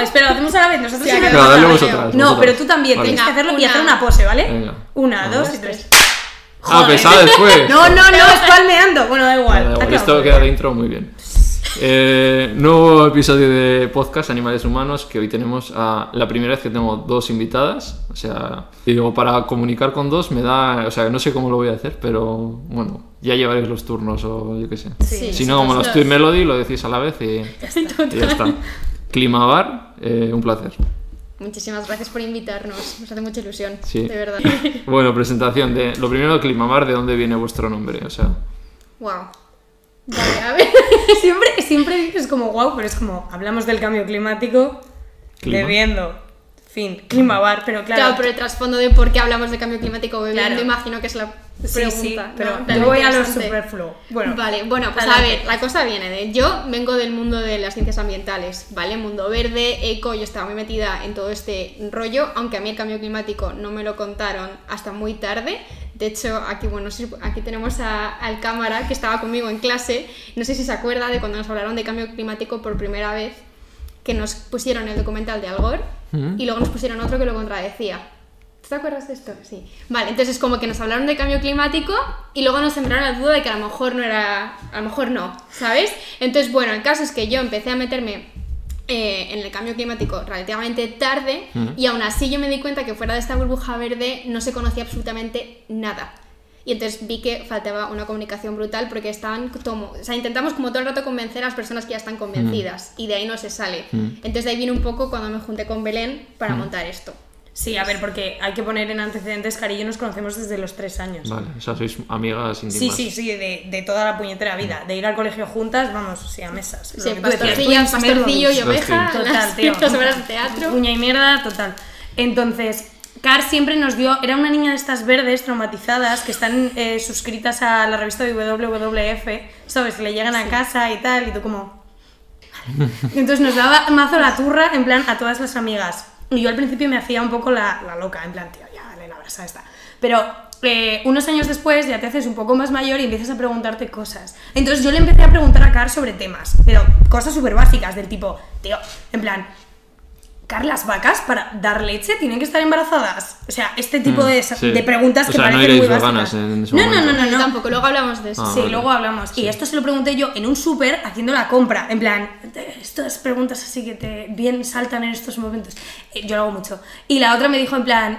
espera, lo hacemos a la vez. Nosotros Sí, siempre claro, hacemos a la dale vez. vosotras, No, vosotras. pero tú también Vale. tienes que hacerlo y Una. hacer una pose, ¿vale? Venga. 1, 2 y 3. Ah, pensaba después. No, es palmeando. Bueno, da igual. Da igual, Acabo. esto queda de intro muy bien. Nuevo episodio de podcast Animales Humanos, que hoy tenemos a la primera vez que tengo 2 invitadas. O sea, y digo, para comunicar con 2 me da... O sea, no sé cómo lo voy a hacer, pero bueno, ya llevaréis los turnos o yo qué sé. Sí, Si no, como los Tweet Melody, lo decís a la vez y ya está. Climabar, un placer. Muchísimas gracias por invitarnos, nos hace mucha ilusión, Sí. de verdad. Bueno, presentación de... Lo primero, Climabar, ¿de dónde viene vuestro nombre? O sea... Wow. Vale, a ver. Siempre dices como wow, pero es como hablamos del cambio climático, Clima. bebiendo, fin, climabar, pero claro. Claro, pero el trasfondo de por qué hablamos de cambio climático bebiendo, Claro. imagino que es la Sí, pregunta. sí, ¿no? pero Tan yo voy a lo interesante. superfluo. Bueno, Vale, bueno, pues adelante. a ver, la cosa viene de... Yo vengo del mundo de las ciencias ambientales, ¿vale? Mundo verde, eco, yo estaba muy metida en todo este rollo, aunque a mí el cambio climático no me lo contaron hasta muy tarde. De hecho, aquí, bueno, aquí tenemos al cámara que estaba conmigo en clase. No sé si se acuerda de cuando nos hablaron de cambio climático por primera vez, que nos pusieron el documental de Al Gore y luego nos pusieron otro que lo contradecía. ¿Te acuerdas de esto? Sí. Vale, entonces como que nos hablaron de cambio climático y luego nos sembraron la duda de que a lo mejor no era... A lo mejor no, ¿sabes? Entonces, bueno, el caso es que yo empecé a meterme en el cambio climático relativamente tarde y aún así yo me di cuenta que fuera de esta burbuja verde no se conocía absolutamente nada. Y entonces vi que faltaba una comunicación brutal porque estaban como... O sea, intentamos como todo el rato convencer a las personas que ya están convencidas y de ahí no se sale. Entonces de ahí vino un poco cuando me junté con Belén para montar esto. sí, a ver, porque hay que poner en antecedentes, Cari y yo nos conocemos desde los 3 años. Vale, o sea, sois amigas íntimas. Sí, de toda la puñetera vida. De ir al colegio juntas, vamos, sí, a mesas. Lo Sí, que tú decías, pastorcillo, Twins, pastorcillo y Melodies. oveja, Total, tío. las obras de teatro. Uña y mierda, total. Entonces, Car siempre nos dio... Era una niña de estas verdes traumatizadas que están suscritas a la revista de WWF, ¿sabes? Que le llegan a casa y tal, y tú como... Entonces nos daba mazo la turra, en plan, a todas las amigas. Y yo al principio me hacía un poco la loca, en plan, tío, ya, dale la brasa esta. Pero unos años después ya te haces un poco más mayor y empiezas a preguntarte cosas. Entonces yo le empecé a preguntar a Car sobre temas, pero cosas súper básicas, del tipo, tío, en plan... Car, ¿las vacas para dar leche tienen que estar embarazadas? O sea, este tipo de preguntas o que sea, no parecen iréis muy veganas básicas. en ese No, momento. Yo tampoco, luego hablamos de eso. Sí, vale. luego hablamos. Sí. Y esto se lo pregunté yo en un súper haciendo la compra. En plan, estas preguntas así que te bien saltan en estos momentos. Yo lo hago mucho. Y la otra me dijo en plan,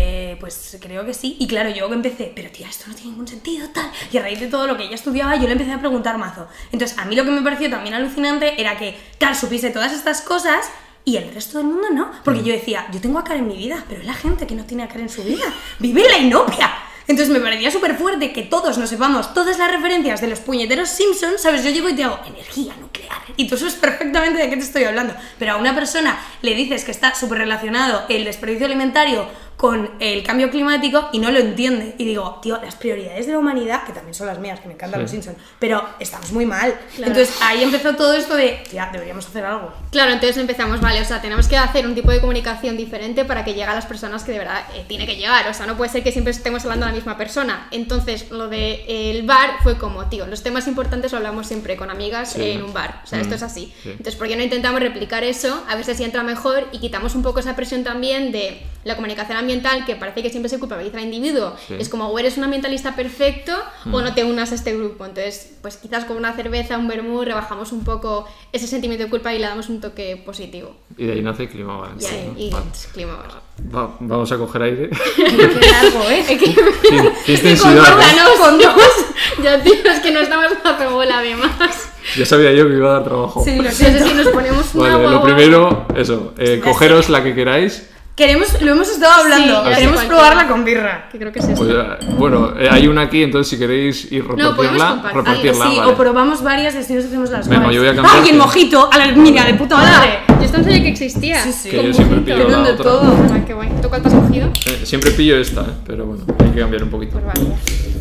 pues creo que sí. Y claro, yo empecé, pero tía, esto no tiene ningún sentido, tal. Y a raíz de todo lo que ella estudiaba, yo le empecé a preguntar mazo. Entonces, a mí lo que me pareció también alucinante era que Car supiese todas estas cosas y el resto del mundo no. Porque yo decía, yo tengo a Car en mi vida, pero es la gente que no tiene a Car en su vida. Vive en la inopia. Entonces me parecía súper fuerte que todos nos sepamos todas las referencias de los puñeteros Simpsons, ¿sabes? Yo llego y te hago energía nuclear y tú sabes perfectamente de qué te estoy hablando, pero a una persona le dices que está súper relacionado el desperdicio alimentario con el cambio climático y no lo entiende. Y digo, tío, las prioridades de la humanidad, que también son las mías, que me encantan los Simpsons, pero estamos muy mal. Claro. Entonces ahí empezó todo esto de, tía, deberíamos hacer algo. Claro, entonces empezamos, vale, o sea, tenemos que hacer un tipo de comunicación diferente para que llegue a las personas que de verdad tiene que llegar, o sea, no puede ser que siempre estemos hablando a la misma persona. Entonces, lo del bar fue como, tío, los temas importantes lo hablamos siempre con amigas en un bar, o sea, esto es así. Sí. Entonces, ¿por qué no intentamos replicar eso? A ver si entra mejor y quitamos un poco esa presión también de la comunicación ambiental, que parece que siempre se culpabiliza al individuo. Sí. Es como, o eres un ambientalista perfecto o no te unas a este grupo. Entonces, pues quizás con una cerveza, un vermú, rebajamos un poco ese sentimiento de culpa y le damos un toque positivo. Y de ahí nace Climabar. Y ahí, y Vale. Climabar. Vamos a coger aire. Qué largo, ¿eh? Qué intensidad. Con dos. Ya, tío, es que no estamos a rebola además. Ya sabía yo que iba a dar trabajo. Sí, lo No sé siento. si nos ponemos una Vale, lo primero, eso, cogeros la que queráis. Lo hemos estado hablando, Sí, ya sé queremos cuál probarla tema. con birra. Que creo que es esto. Pues, bueno, hay una aquí, entonces si queréis ir No, podemos repartirla, compartir. repartirla, Sí, vale. o probamos varias y así nos hacemos las Venga, guays. yo voy a cantar ¡Ay, el que- mojito! A la, mira, de puta madre. Yo esto no sabía que existía. Sí, sí. Que Con yo siempre mojito. pillo la Tienen de otra. todo. Ah, qué guay. ¿Tú cuál te has cogido? Siempre pillo esta, pero bueno, hay que cambiar un poquito. Pues vale.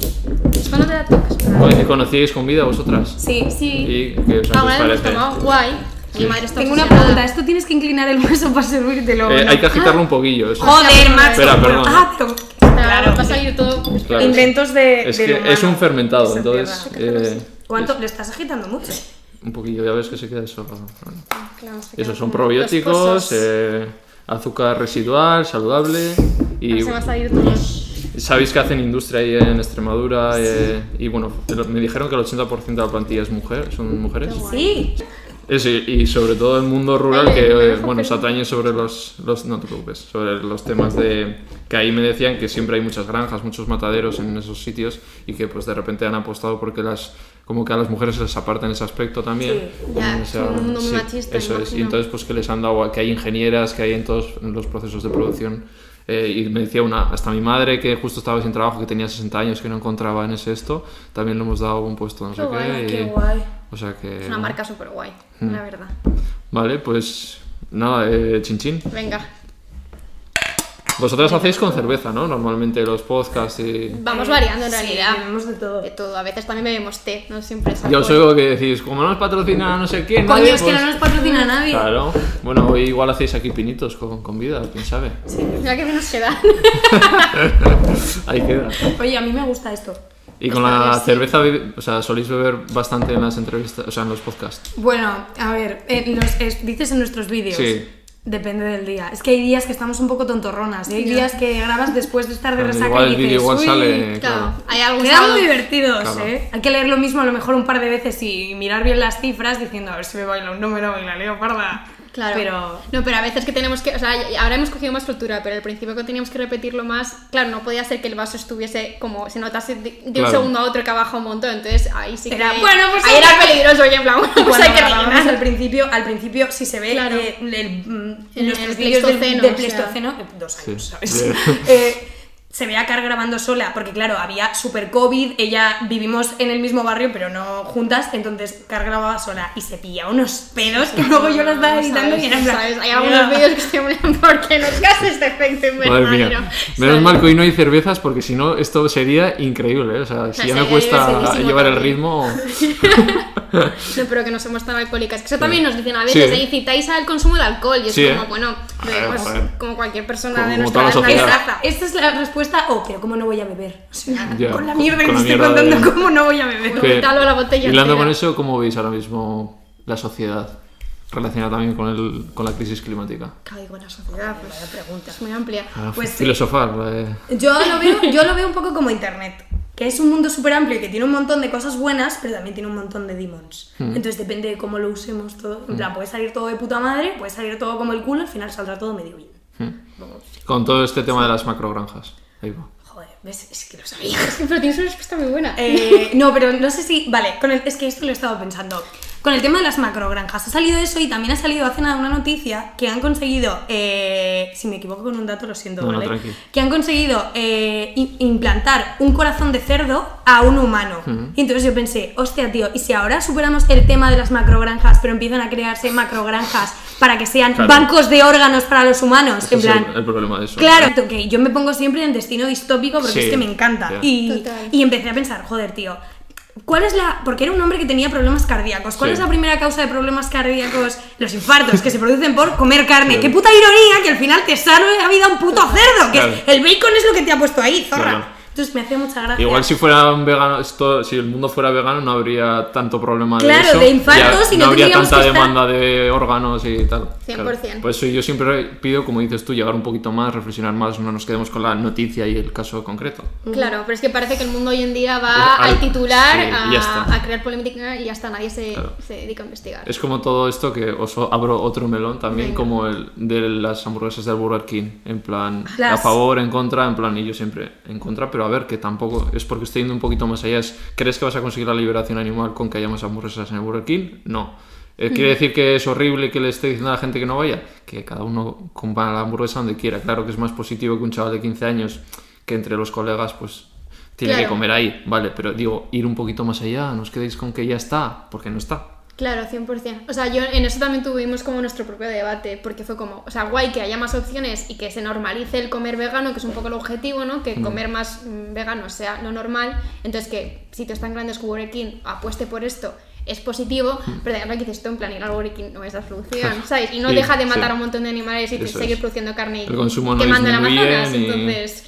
Esto no te da toques. Oye, ¿conocíais con vida vosotras? Sí. Sí. ¿Y qué os Alguna vez hemos parece? tomado guay. Mi madre está Tengo una obsesionada. pregunta, ¿esto tienes que inclinar el hueso para servírtelo? ¿no? Hay que agitarlo un poquillo. Eso. Joder, macho. Espera, perdón. pero... Claro, va a salir todo. Claro. Inventos de... Es del que humano. es un fermentado, Esa entonces... tierra. ¿Cuánto? ¿Lo estás agitando mucho? un poquillo, ya ves que se queda eso. Claro, se Esos quedan son como probióticos, los pozos. azúcar residual, saludable y Ahora se va a salir todo. sabéis que hacen industria ahí en Extremadura y bueno, me dijeron que el 80% de la plantilla son mujeres. Sí. Y sobre todo el mundo rural Oye, que me dejo bueno, se pensar. atañe sobre no te preocupes, sobre los temas de que ahí me decían que siempre hay muchas granjas, muchos mataderos en esos sitios y que pues de repente han apostado porque como que a las mujeres se les aparta en ese aspecto también. Sí. Ya, es un mundo muy machista, eso es. imagino. Y entonces pues que les han dado, que hay ingenieras, que hay en todos los procesos de producción. Y me decía hasta mi madre que justo estaba sin trabajo, que tenía 60 años, que no encontraba en esto, también le hemos dado un puesto, no sé qué. Qué guay. O sea que... Es una marca súper guay, la verdad. Vale, pues nada, chin. Venga, Vosotras hacéis con cerveza, ¿no? Normalmente los podcasts y... vamos variando en Sí, realidad. tenemos de todo. De todo, a veces también bebemos té, no siempre es Yo os alcohol. oigo que decís, como no nos patrocina no sé quién, Coño, nadie, es que pues- no nos patrocina nadie. Claro. Bueno, hoy igual hacéis aquí pinitos con vida, quién sabe. Mira que bien nos queda. Ahí queda. Oye, a mí me gusta esto. Y con Esta la vez sí. cerveza, o sea, soléis beber bastante en las entrevistas, o sea, en los podcasts. Bueno, a ver, dices en nuestros vídeos. Sí. Depende del día. Es que hay días que estamos un poco tontorronas y hay Ya. días que grabas después de estar de Cuando resaca igual y el dices, vídeo igual "Uy". sale, Claro, claro. hay algún Quedan sábado. muy divertidos, Claro. ¿eh? Hay que leer lo mismo a lo mejor un par de veces y mirar bien las cifras diciendo a ver si me baila un número y la leo parda. Claro. Pero... No, pero a veces que tenemos que... O sea, ahora hemos cogido más estructura, pero al principio que teníamos que repetirlo más... Claro, no podía ser que el vaso estuviese como... Se notase de un Claro. segundo a otro que ha bajado un montón. Entonces ahí sí que... Era, bueno, pues ahí sí. era peligroso y en plan... Pues Cuando hay que grabábamos rellenar. al principio si se ve Claro. nuestros el vídeos del Pleistoceno, Pleistoceno, o sea. 2 años, Sí. ¿sabes? Bien. Se ve a Car grabando sola, porque claro, había super COVID, ella vivimos en el mismo barrio, pero no juntas, entonces Car grababa sola y se pillaba unos pedos que luego yo los estaba editando y era en plan, ¿Sabes? Hay algunos vídeos que estoy en plan, ¿por qué nos hace este efecto Madre mía. invernadero? Menos ¿Sabes? mal que hoy no hay cervezas porque si no esto sería increíble, ¿eh? O sea, si ya me sería cuesta divertidísimo llevar el también. ritmo... No, pero que no somos tan alcohólicas. Que eso también nos dicen a veces, Sí. incitáis al consumo de alcohol. Y es Sí, como, bueno, pues, joder. como cualquier persona Como de toda nuestra la sociedad. raza. Esta es la respuesta, pero ¿cómo no voy a beber? O sea, Ya, con la mierda que con me la estoy mierda contando, de- ¿cómo no voy a beber? Que, Quítalo a la botella hilando entera. con eso, ¿cómo veis ahora mismo la sociedad relacionada también con la crisis climática? Claro, digo, la sociedad, pues, Vaya pregunta. es muy amplia. Pues sí. filosofar. Yo lo veo un poco como internet, que es un mundo súper amplio y que tiene un montón de cosas buenas, pero también tiene un montón de demons. Entonces depende de cómo lo usemos todo. En plan, puede salir todo de puta madre, puede salir todo como el culo, al final saldrá todo medio bien. Con todo este tema de las macrogranjas. Ahí va. Joder, ¿ves? Es que lo sabía. Pero tienes una respuesta muy buena. No, pero no sé si... Vale, es que esto lo he estado pensando. Con el tema de las macrogranjas ha salido eso y también ha salido hace nada una noticia que han conseguido, si me equivoco con un dato lo siento, No, no, ¿vale? tranqui. Que han conseguido implantar un corazón de cerdo a un humano. Y entonces yo pensé, hostia tío, ¿y si ahora superamos el tema de las macrogranjas pero empiezan a crearse macrogranjas para que sean Claro. bancos de órganos para los humanos? Ese En es plan... el problema de eso. Claro, que yo me pongo siempre en destino distópico porque Sí, es que me encanta. ya. Total. Y empecé a pensar, joder, tío, ¿cuál es la...? Porque era un hombre que tenía problemas cardíacos. ¿Cuál Sí. es la primera causa de problemas cardíacos? Los infartos, que se producen por comer carne. Sí. ¡Qué puta ironía que al final te salve la vida un puto cerdo! Que Claro. el bacon es lo que te ha puesto ahí, zorra. Claro. Entonces me hacía mucha gracia. Igual si fuera un vegano, si el mundo fuera vegano no habría tanto problema de Claro, eso. de infartos Ya y no habría tendríamos tanta que estar- demanda de órganos y tal. 100%. Por eso yo siempre pido, como dices tú, llegar un poquito más, reflexionar más, no nos quedemos con la noticia y el caso concreto. Claro, pero es que parece que el mundo hoy en día va Al- al titular sí, y ya está. a crear polémica y ya está, nadie se dedica a investigar. Es como todo esto que os abro otro melón también, Venga. como el de las hamburguesas del Burger King. En plan, a Las- favor, en contra, en plan, y yo siempre en contra, pero a ver, que tampoco es porque estoy yendo un poquito más allá. ¿Crees que vas a conseguir la liberación animal con que haya más hamburguesas en el Burger King? No. ¿Quiere decir que es horrible que le esté diciendo a la gente que no vaya? Que cada uno compra la hamburguesa donde quiera. Claro que es más positivo que un chaval de 15 años que entre los colegas pues tiene Claro. que comer ahí, vale, pero digo, ir un poquito más allá, no os quedéis con que ya está, porque no está. Claro, 100%. O sea, yo en eso también tuvimos como nuestro propio debate, porque fue como, o sea, guay que haya más opciones y que se normalice el comer vegano, que es un poco el objetivo, ¿no? Que comer más vegano sea lo normal. Entonces, que sitios tan grandes como Burger King apueste por esto es positivo, pero de verdad que dices tú, en plan, ir al Burger King no es la solución, ¿sabes? Y no Sí, deja de matar sí. a un montón de animales y Eso seguir es. produciendo carne El consumo no quemando el disminuye Amazonas. ni- Entonces, claro.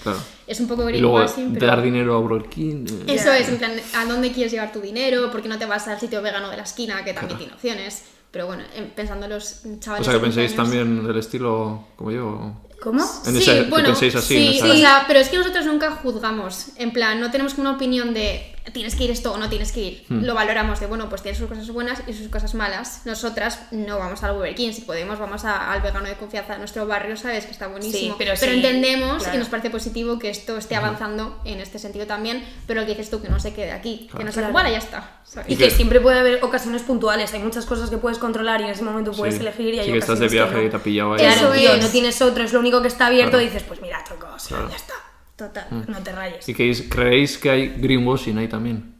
es un poco Y luego greenwashing, pero... dar dinero a Burger King. Eso es, en plan, ¿a dónde quieres llevar tu dinero? ¿Por qué no te vas al sitio vegano de la esquina, que también tiene opciones? Pero bueno, pensando en los chavales... O sea, que de 15 penséis años... también del estilo como yo. ¿Cómo? En ese, que penséis así. sí, en esa- o sea, pero es que nosotros nunca juzgamos, en plan, no tenemos una opinión de tienes que ir esto o no tienes que ir, lo valoramos de, bueno, pues tiene sus cosas buenas y sus cosas malas. Nosotras no vamos al Burger King, si podemos vamos al vegano de confianza de nuestro barrio, sabes que está buenísimo, Sí, pero sí, entendemos claro. y nos parece positivo que esto esté avanzando en este sentido también, pero lo que dices tú, que no se quede aquí, que no se Claro. bueno, ya está, ¿sabes? Y que siempre puede haber ocasiones puntuales, hay muchas cosas que puedes controlar y en ese momento puedes Sí. elegir y hay Sí, que estás de ocasiones viaje que y te ha pillado ahí. Claro, Eso tío, es. no tienes otro, es lo único que está abierto, Claro. dices, pues mira, troco, o sea, Claro. ya está, Total. no te rayes. ¿Y que creéis que hay greenwashing ahí también?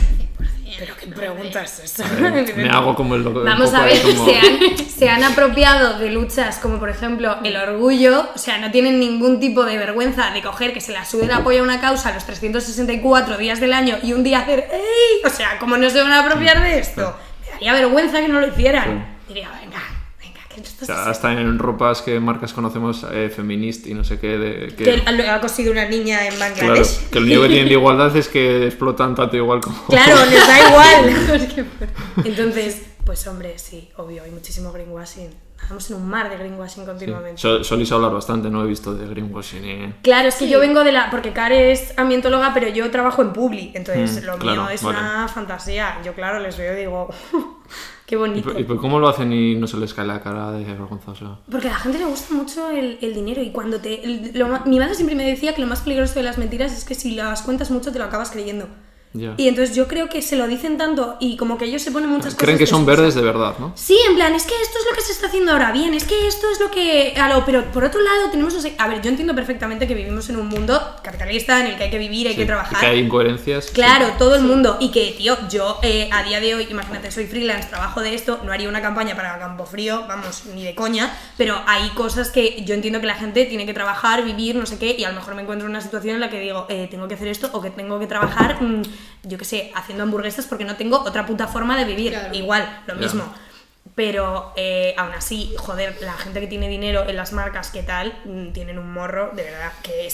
Pero qué pregunta es esa. Me hago como el loco. Vamos un poco a ver, ahí como- se han apropiado de luchas como por ejemplo el orgullo, o sea, no tienen ningún tipo de vergüenza de coger que se la sude el apoyo a una causa los 364 días del año y un día hacer ¡ey! O sea, ¿cómo no se van a apropiar de esto? Me daría vergüenza que no lo hicieran. Diría, venga, ¿qué O estás sea, hasta en ropas que marcas conocemos, feminist y no sé qué, que lo ha cosido una niña en Claro, Bangladesh. que lo único que tienen de igualdad es que explotan tanto igual como... Claro, les da igual. Entonces, pues hombre, sí, obvio, hay muchísimo greenwashing. Estamos en un mar de greenwashing continuamente. Soléis hablar bastante, no he visto de greenwashing. Claro, es que yo vengo de la... Porque Car es ambientóloga, pero yo trabajo en Publi, entonces lo claro, mío es vale. una fantasía. Yo, claro, les veo y digo, qué bonito. ¿Y por cómo lo hacen y no se les cae la cara de vergonzosa? Porque a la gente le gusta mucho el dinero y cuando te... mi madre siempre me decía que lo más peligroso de las mentiras es que si las cuentas mucho te lo acabas creyendo. Ya. Y entonces yo creo que se lo dicen tanto y como que ellos se ponen muchas cosas... Creen que son excusas. verdes de verdad, ¿no? Sí, en plan, es que esto es lo que se está haciendo ahora bien, es que esto es lo que... Pero por otro lado tenemos... No sé, a ver, yo entiendo perfectamente que vivimos en un mundo capitalista en el que hay que vivir, hay Sí, que y trabajar. que hay incoherencias. Claro, todo el mundo. Y que, tío, yo a día de hoy, imagínate, soy freelance, trabajo de esto, no haría una campaña para Campofrío, vamos, ni de coña, pero hay cosas que yo entiendo que la gente tiene que trabajar, vivir, no sé qué, y a lo mejor me encuentro en una situación en la que digo, tengo que hacer esto o que tengo que trabajar, yo qué sé, haciendo hamburguesas porque no tengo otra puta forma de vivir. Claro. Igual, lo Ya. mismo. Pero aún así, joder, la gente que tiene dinero en las marcas, ¿qué tal? Tienen un morro, de verdad, que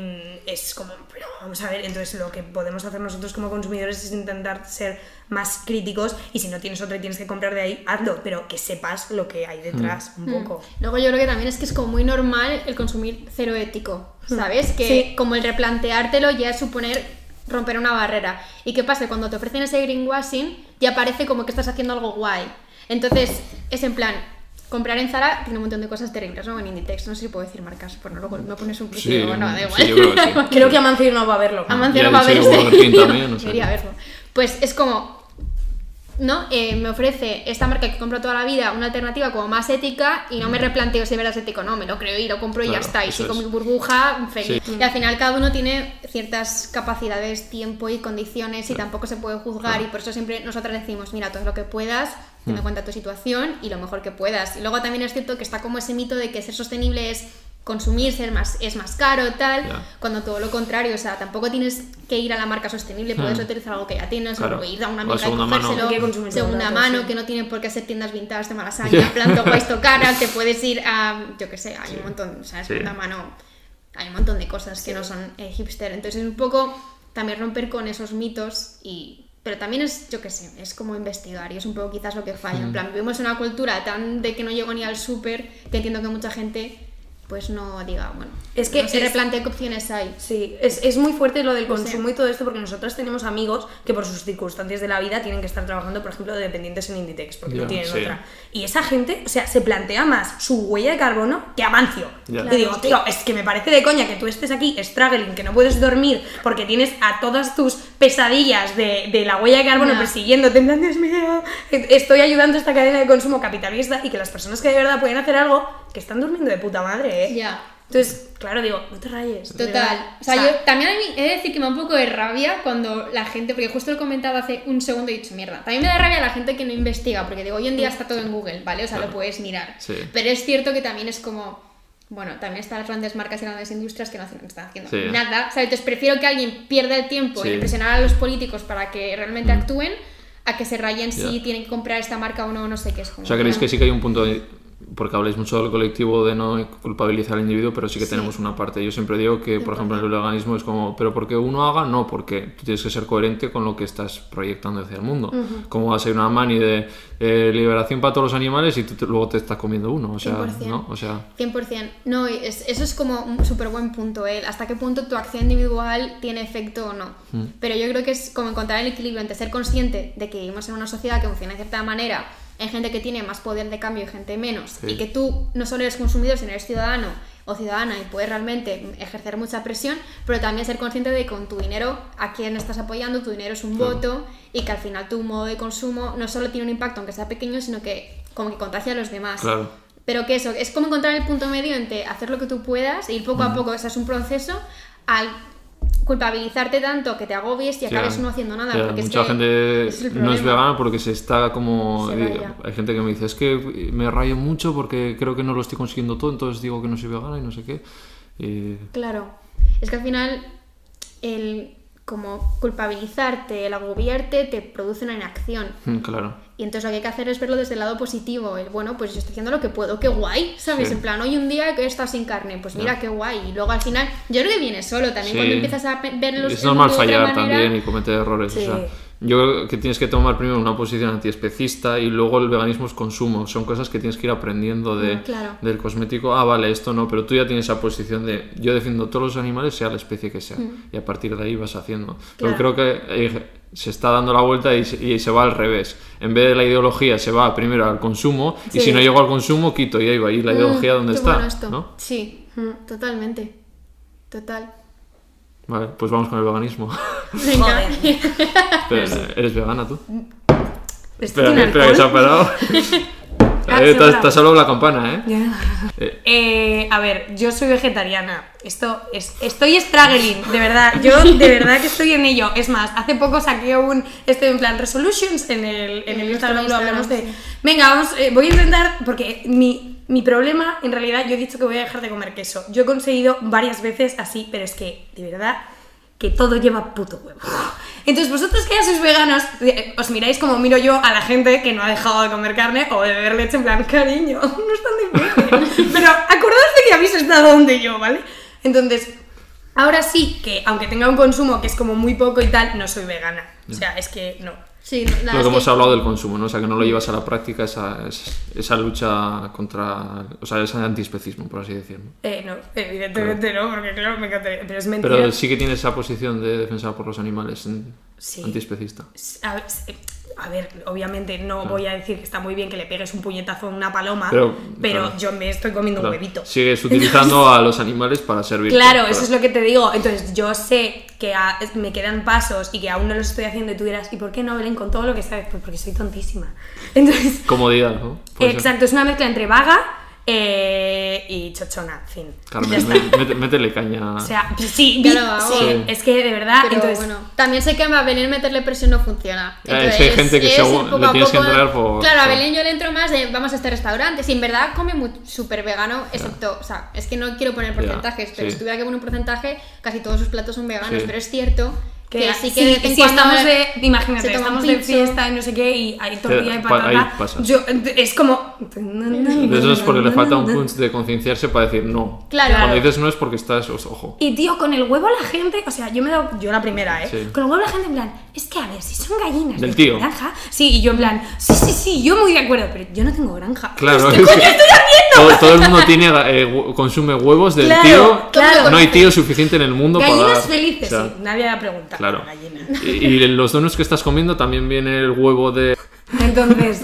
es como, pero vamos a ver, entonces lo que podemos hacer nosotros como consumidores es intentar ser más críticos y si no tienes otra y tienes que comprar de ahí, hazlo, pero que sepas lo que hay detrás un poco. Luego yo creo que también es que es como muy normal el consumir cero ético, ¿sabes? Que Sí. como el replanteártelo ya es suponer romper una barrera. ¿Y qué pasa? Cuando te ofrecen ese greenwashing ya parece como que estás haciendo algo guay. Entonces es en plan, comprar en Zara tiene un montón de cosas terribles, ¿no? En Inditex, no sé si puedo decir marcas, pues no, luego me pones un Sí, precio, bueno, da igual. sí, yo creo que sí. Creo que Amancio no va a verlo. Amancio Ya no va a he ver dicho este. Burger King también, o sea Quería que- verlo. Pues es como, ¿no? Me ofrece esta marca que compro toda la vida una alternativa como más ética y no me replanteo si de verdad es ético, no, me lo creo y lo compro y ya Claro, está, y eso sigo es. mi burbuja feliz. Sí. Y al final cada uno tiene ciertas capacidades, tiempo y condiciones y tampoco se puede juzgar y por eso siempre nosotras decimos, mira, todo lo que puedas, teniendo en cuenta tu situación y lo mejor que puedas. Y luego también es cierto que está como ese mito de que ser sostenible es consumir, es más caro, tal, Ya. cuando todo lo contrario, o sea, tampoco tienes que ir a la marca sostenible, puedes utilizar algo que ya tienes, Claro. o ir a una O amiga y segunda mano. cogérselo, Hay que consumir segunda segunda, mano, sí. que no tiene por qué ser tiendas vintage de Malasaña, en plan todo esto cara, te puedes ir a, yo qué sé, hay un montón, o sea, Sí. segunda mano, hay un montón de cosas que no son hipster, entonces es un poco también romper con esos mitos pero también es, yo qué sé, es como investigar y es un poco quizás lo que falla. En plan, vivimos en una cultura tan de que no llego ni al súper que entiendo que mucha gente pues no diga, bueno, Es que no se es- replantee qué opciones hay. Sí, es muy fuerte lo del O sea- consumo y todo esto porque nosotros tenemos amigos que por sus circunstancias de la vida tienen que estar trabajando, por ejemplo, de dependientes en Inditex porque Ya, no tienen sí. otra. Y esa gente, o sea, se plantea más su huella de carbono que Amancio. Ya. Y digo, tío, es que me parece de coña que tú estés aquí struggling, que no puedes dormir porque tienes a todas tus pesadillas de la huella de carbono Ya. persiguiéndote, en plan, Dios mío, estoy ayudando a esta cadena de consumo capitalista y que las personas que de verdad pueden hacer algo, que están durmiendo de puta madre, ¿eh? Ya. Entonces, claro, digo, no te rayes. de Total. verdad. O sea, yo también a mí he de decir que me da un poco de rabia cuando la gente, porque justo lo he comentado hace un segundo y he dicho mierda. También me da rabia la gente que no investiga, porque digo, hoy en día está todo en Google, ¿vale? O sea, lo puedes mirar. Sí. Pero es cierto que también es como, bueno, también están las grandes marcas y grandes industrias que no están haciendo Sí. nada. O sea, entonces prefiero que alguien pierda el tiempo Sí. en presionar a los políticos para que realmente actúen, a que se rayen si Ya. tienen que comprar esta marca o no sé qué es. Como, O sea, ¿creéis bueno, que sí que hay un porque habláis mucho del colectivo de no culpabilizar al individuo, pero sí que tenemos una parte. Yo siempre digo que, por ejemplo, en el veganismo es como, pero porque uno haga, no, porque tú tienes que ser coherente con lo que estás proyectando hacia el mundo. Como vas a ser una mani de liberación para todos los animales y tú luego te estás comiendo uno, o sea, 100%. ¿no? O sea, 100%. No, eso es como un súper buen punto, hasta qué punto tu acción individual tiene efecto o no. Pero yo creo que es como encontrar el equilibrio entre ser consciente de que vivimos en una sociedad que funciona de cierta manera, hay gente que tiene más poder de cambio y gente menos, y que tú no solo eres consumidor, sino eres ciudadano o ciudadana y puedes realmente ejercer mucha presión, pero también ser consciente de que con tu dinero a quién estás apoyando, tu dinero es un voto, y que al final tu modo de consumo no solo tiene un impacto aunque sea pequeño, sino que como que contagia a los demás. claro. Pero que eso, es como encontrar el punto medio entre hacer lo que tú puedas e ir poco a poco, eso es un proceso, al culpabilizarte tanto que te agobies y acabes no haciendo nada. Porque mucha gente no es vegana porque se está como... raya. Hay gente que me dice, es que me rayo mucho porque creo que no lo estoy consiguiendo todo, entonces digo que no soy vegana y no sé qué. Claro, es que al final el como culpabilizarte, el agobiarte te produce una inacción. Claro. Y entonces lo que hay que hacer es verlo desde el lado positivo. Bueno, pues yo estoy haciendo lo que puedo, qué guay, ¿sabes? Sí. En plan, hoy un día que estás sin carne, pues mira, qué guay. Y luego al final, yo creo que viene solo también cuando empiezas a ver es normal fallar manera, también y cometer errores. Sí. O sea, yo creo que tienes que tomar primero una posición antiespecista y luego el veganismo es consumo. Son cosas que tienes que ir aprendiendo del cosmético. Ah, vale, esto no, pero tú ya tienes esa posición de yo defiendo todos los animales, sea la especie que sea. Y a partir de ahí vas haciendo. Pero creo que se está dando la vuelta y se va al revés. En vez de la ideología se va primero al consumo y si no llego al consumo quito y ahí va. ¿Y la ideología dónde está? Bueno esto. ¿No? Sí, totalmente. Total. Vale, pues vamos con el veganismo. Venga. Pero, ¿eres vegana tú? Estoy en Espera, que se ha parado. Te has hablado la campana, A ver, yo soy vegetariana. Estoy struggling, de verdad. Yo de verdad que estoy en ello. Es más, hace poco saqué en plan resolutions en el Instagram, lo hablamos de. Venga, vamos, voy a intentar, porque mi problema, en realidad, yo he dicho que voy a dejar de comer queso. Yo he conseguido varias veces así, pero es que, de verdad, que todo lleva puto huevo. Entonces vosotros que ya sois veganos, os miráis como miro yo a la gente que no ha dejado de comer carne o de beber leche, en plan, cariño, no es tan difícil. Pero acordaos de que habéis estado donde yo, ¿vale? Entonces, ahora sí que, aunque tenga un consumo que es como muy poco y tal, no soy vegana. O sea, es que no. Sí, lo que hemos hablado del consumo, ¿no? O sea, que no lo llevas a la práctica esa lucha contra... O sea, ese antiespecismo, por así decirlo. No, evidentemente no, porque claro, me encantaría, pero es mentira. Pero sí que tienes esa posición de defensa por los animales antiespecista. A ver, obviamente no voy a decir que está muy bien que le pegues un puñetazo a una paloma, pero claro, yo me estoy comiendo un huevito. Sigues utilizando a los animales para servir. Claro, eso es lo que te digo. Entonces yo sé que me quedan pasos y que aún no los estoy haciendo y tú dirás, ¿y por qué no, Belén, con todo lo que sabes? Pues porque soy tontísima. Entonces, comodidad, ¿no? Exacto, es una mezcla entre vaga y chochona, fin. Carmen, métele caña. O sea, sí, es que de verdad. Pero entonces, bueno, también sé que a Belén meterle presión no funciona. Entonces, es que hay gente que le tienes que entrar por... Claro, a Belén yo le entro más de vamos a este restaurante. Si en verdad come súper vegano, excepto, o sea, es que no quiero poner porcentajes, pero si tuviera que poner un porcentaje, casi todos sus platos son veganos, pero es cierto que sí que si estamos imagínate, estamos de fiesta y no sé qué y hay tortilla de patata, es como de eso es porque le falta un punch de concienciarse para decir no. Claro. Cuando dices no es porque estás, ojo. Y tío, con el huevo la gente, o sea, yo la primera, con el huevo la gente en plan, es que a ver, si son gallinas del tío. Granja, sí, y yo en plan, sí, yo muy de acuerdo, pero yo no tengo granja. Claro, ¿Qué coño estoy haciendo? Todo el mundo consume huevos del tío. Claro. No hay tío suficiente en el mundo gallinas para... felices, sí, nadie ha preguntado. Claro. Y los donuts que estás comiendo también viene el huevo de... Entonces,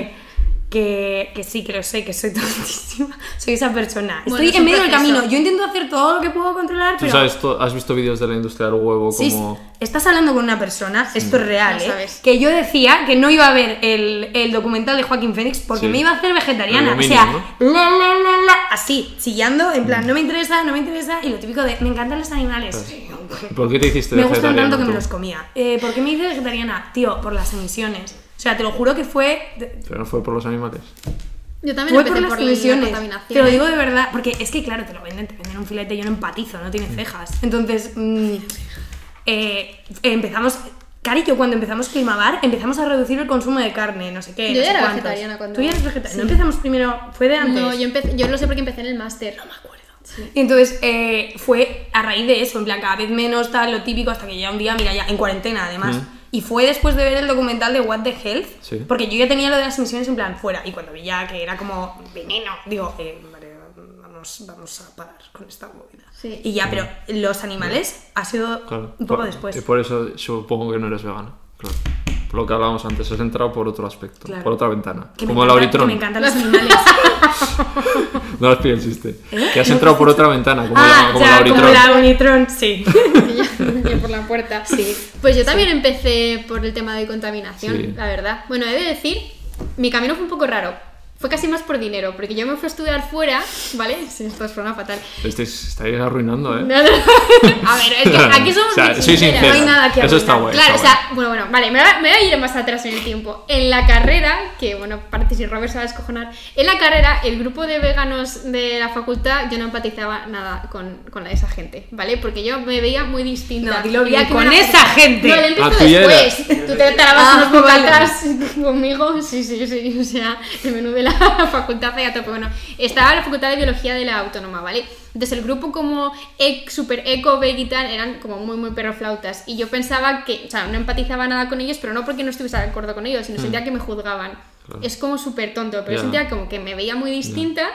que sí, que lo sé, que soy tontísima. Soy esa persona. Estoy en medio del camino. Yo intento hacer todo lo que puedo controlar, pero... ¿Tú sabes, has visto vídeos de la industria del huevo como...? Sí, estás hablando con una persona, esto es real, que yo decía que no iba a ver el documental de Joaquín Phoenix porque me iba a hacer vegetariana. Mínimo, o sea, ¿no? así, chillando, en plan, no me interesa, y lo típico de, me encantan los animales. ¿Por qué te hiciste me vegetariana? Me gustan tanto que me los comía. ¿Por qué me hice vegetariana? Tío, por las emisiones. O sea, te lo juro que fue... Pero no fue por los animales. Yo también empecé por las emisiones. La contaminación. Te lo digo de verdad, porque es que claro, te venden un filete y yo no empatizo, no tiene cejas. Entonces, empezamos Cariño, cuando empezamos Climabar, empezamos a reducir el consumo de carne, no sé qué. Yo no sé era cuántos. vegetariana cuando... ¿Tú ya eres vegetariana? ¿No empezamos primero? ¿Fue de antes? No, yo lo sé porque empecé en el máster. No me acuerdo. Y entonces fue a raíz de eso, en plan, cada vez menos tal, lo típico, hasta que ya un día, mira, ya en cuarentena además. Y fue después de ver el documental de What the Health, porque yo ya tenía lo de las emisiones en plan fuera, y cuando vi ya que era como veneno, digo, vale, vamos a parar con esta movida. Sí. Y ya, pero los animales ha sido un poco después. Y por eso supongo que no eres vegana, claro. Por lo que hablábamos antes, has entrado por otro aspecto, claro. por otra ventana. Que como el Auritrón. me encantan los animales. No las pillas el chiste. Que has entrado por otra ventana, como como el Auritrón. Como el Auritrón, sí. Yo por la puerta. Sí. Pues yo también empecé por el tema de contaminación, Sí. la verdad. Bueno, he de decir, mi camino fue un poco raro. Fue casi más por dinero, porque yo me fui a estudiar fuera, ¿vale? Sí, esto suena fatal. Estáis arruinando, ¿eh? No. A ver, es que aquí somos muy soy sinceras. sincero. No hay nada que Eso está arruinar. guay. Claro, o está sea, bueno, vale, me voy a ir más atrás en el tiempo. En la carrera, que bueno, parte si Robert se va a descojonar, en la carrera, el grupo de veganos de la facultad, yo no empatizaba nada con esa gente, ¿vale? Porque yo me veía muy distinta. No, dilo Veía bien, que con me iban a esa juzgar. gente. No, él empezó tú ya después. Tú te lavas Ah, unos vale. bocatas conmigo, sí, o sea, el menú de la facultad a tope. Bueno, estaba en la facultad de biología de la autónoma, ¿vale? Entonces el grupo como super eco, veg y tal eran como muy perroflautas y yo pensaba que, o sea, no empatizaba nada con ellos, pero no porque no estuviese de acuerdo con ellos, sino sentía que me juzgaban. Claro. Es como súper tonto, pero Ya. sentía como que me veía muy distinta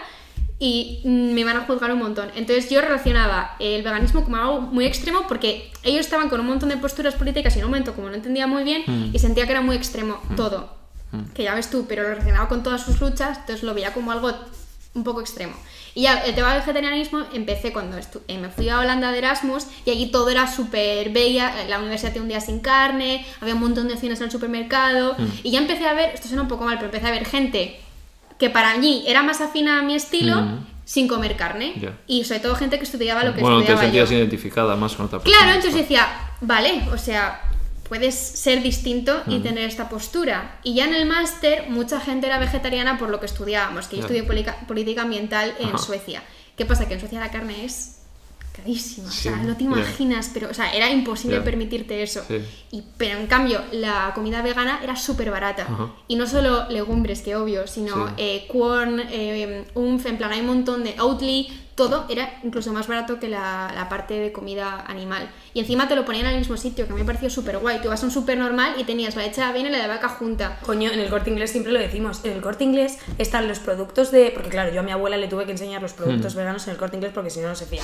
y me iban a juzgar un montón. Entonces yo relacionaba el veganismo como algo muy extremo porque ellos estaban con un montón de posturas políticas y en un momento como no entendía muy bien y sentía que era muy extremo todo. Que ya ves tú, pero lo relacionaba con todas sus luchas, entonces lo veía como algo un poco extremo. Y ya el tema del vegetarianismo empecé cuando me fui a Holanda de Erasmus y allí todo era súper bella, la universidad tenía un día sin carne, había un montón de opciones en el supermercado y ya empecé a ver, esto suena un poco mal, pero empecé a ver gente que para mí era más afina a mi estilo sin comer carne y sobre todo gente que estudiaba lo que Bueno, te estudiaba sentías yo. identificada más con otra persona. Claro, entonces decía, vale, o sea, puedes ser distinto y tener esta postura. Y ya en el máster mucha gente era vegetariana por lo que estudiábamos, que yo estudié política ambiental en Suecia. ¿Qué pasa? Que en Suecia la carne es carísima, Sí, o sea, no te imaginas, pero o sea, era imposible permitirte eso. Sí. Pero en cambio, la comida vegana era súper barata. Y no solo legumbres, que obvio, sino corn, umf, en plan hay un montón de Oatly, todo era incluso más barato que la parte de comida animal. Y encima te lo ponían en el mismo sitio, que a mí me pareció súper guay. Tú vas a un súper normal y tenías la leche de avena y la de vaca junta. Coño, en el Corte Inglés siempre lo decimos. En el Corte Inglés están los productos de... Porque claro, yo a mi abuela le tuve que enseñar los productos veganos en el Corte Inglés porque si no, no se fía.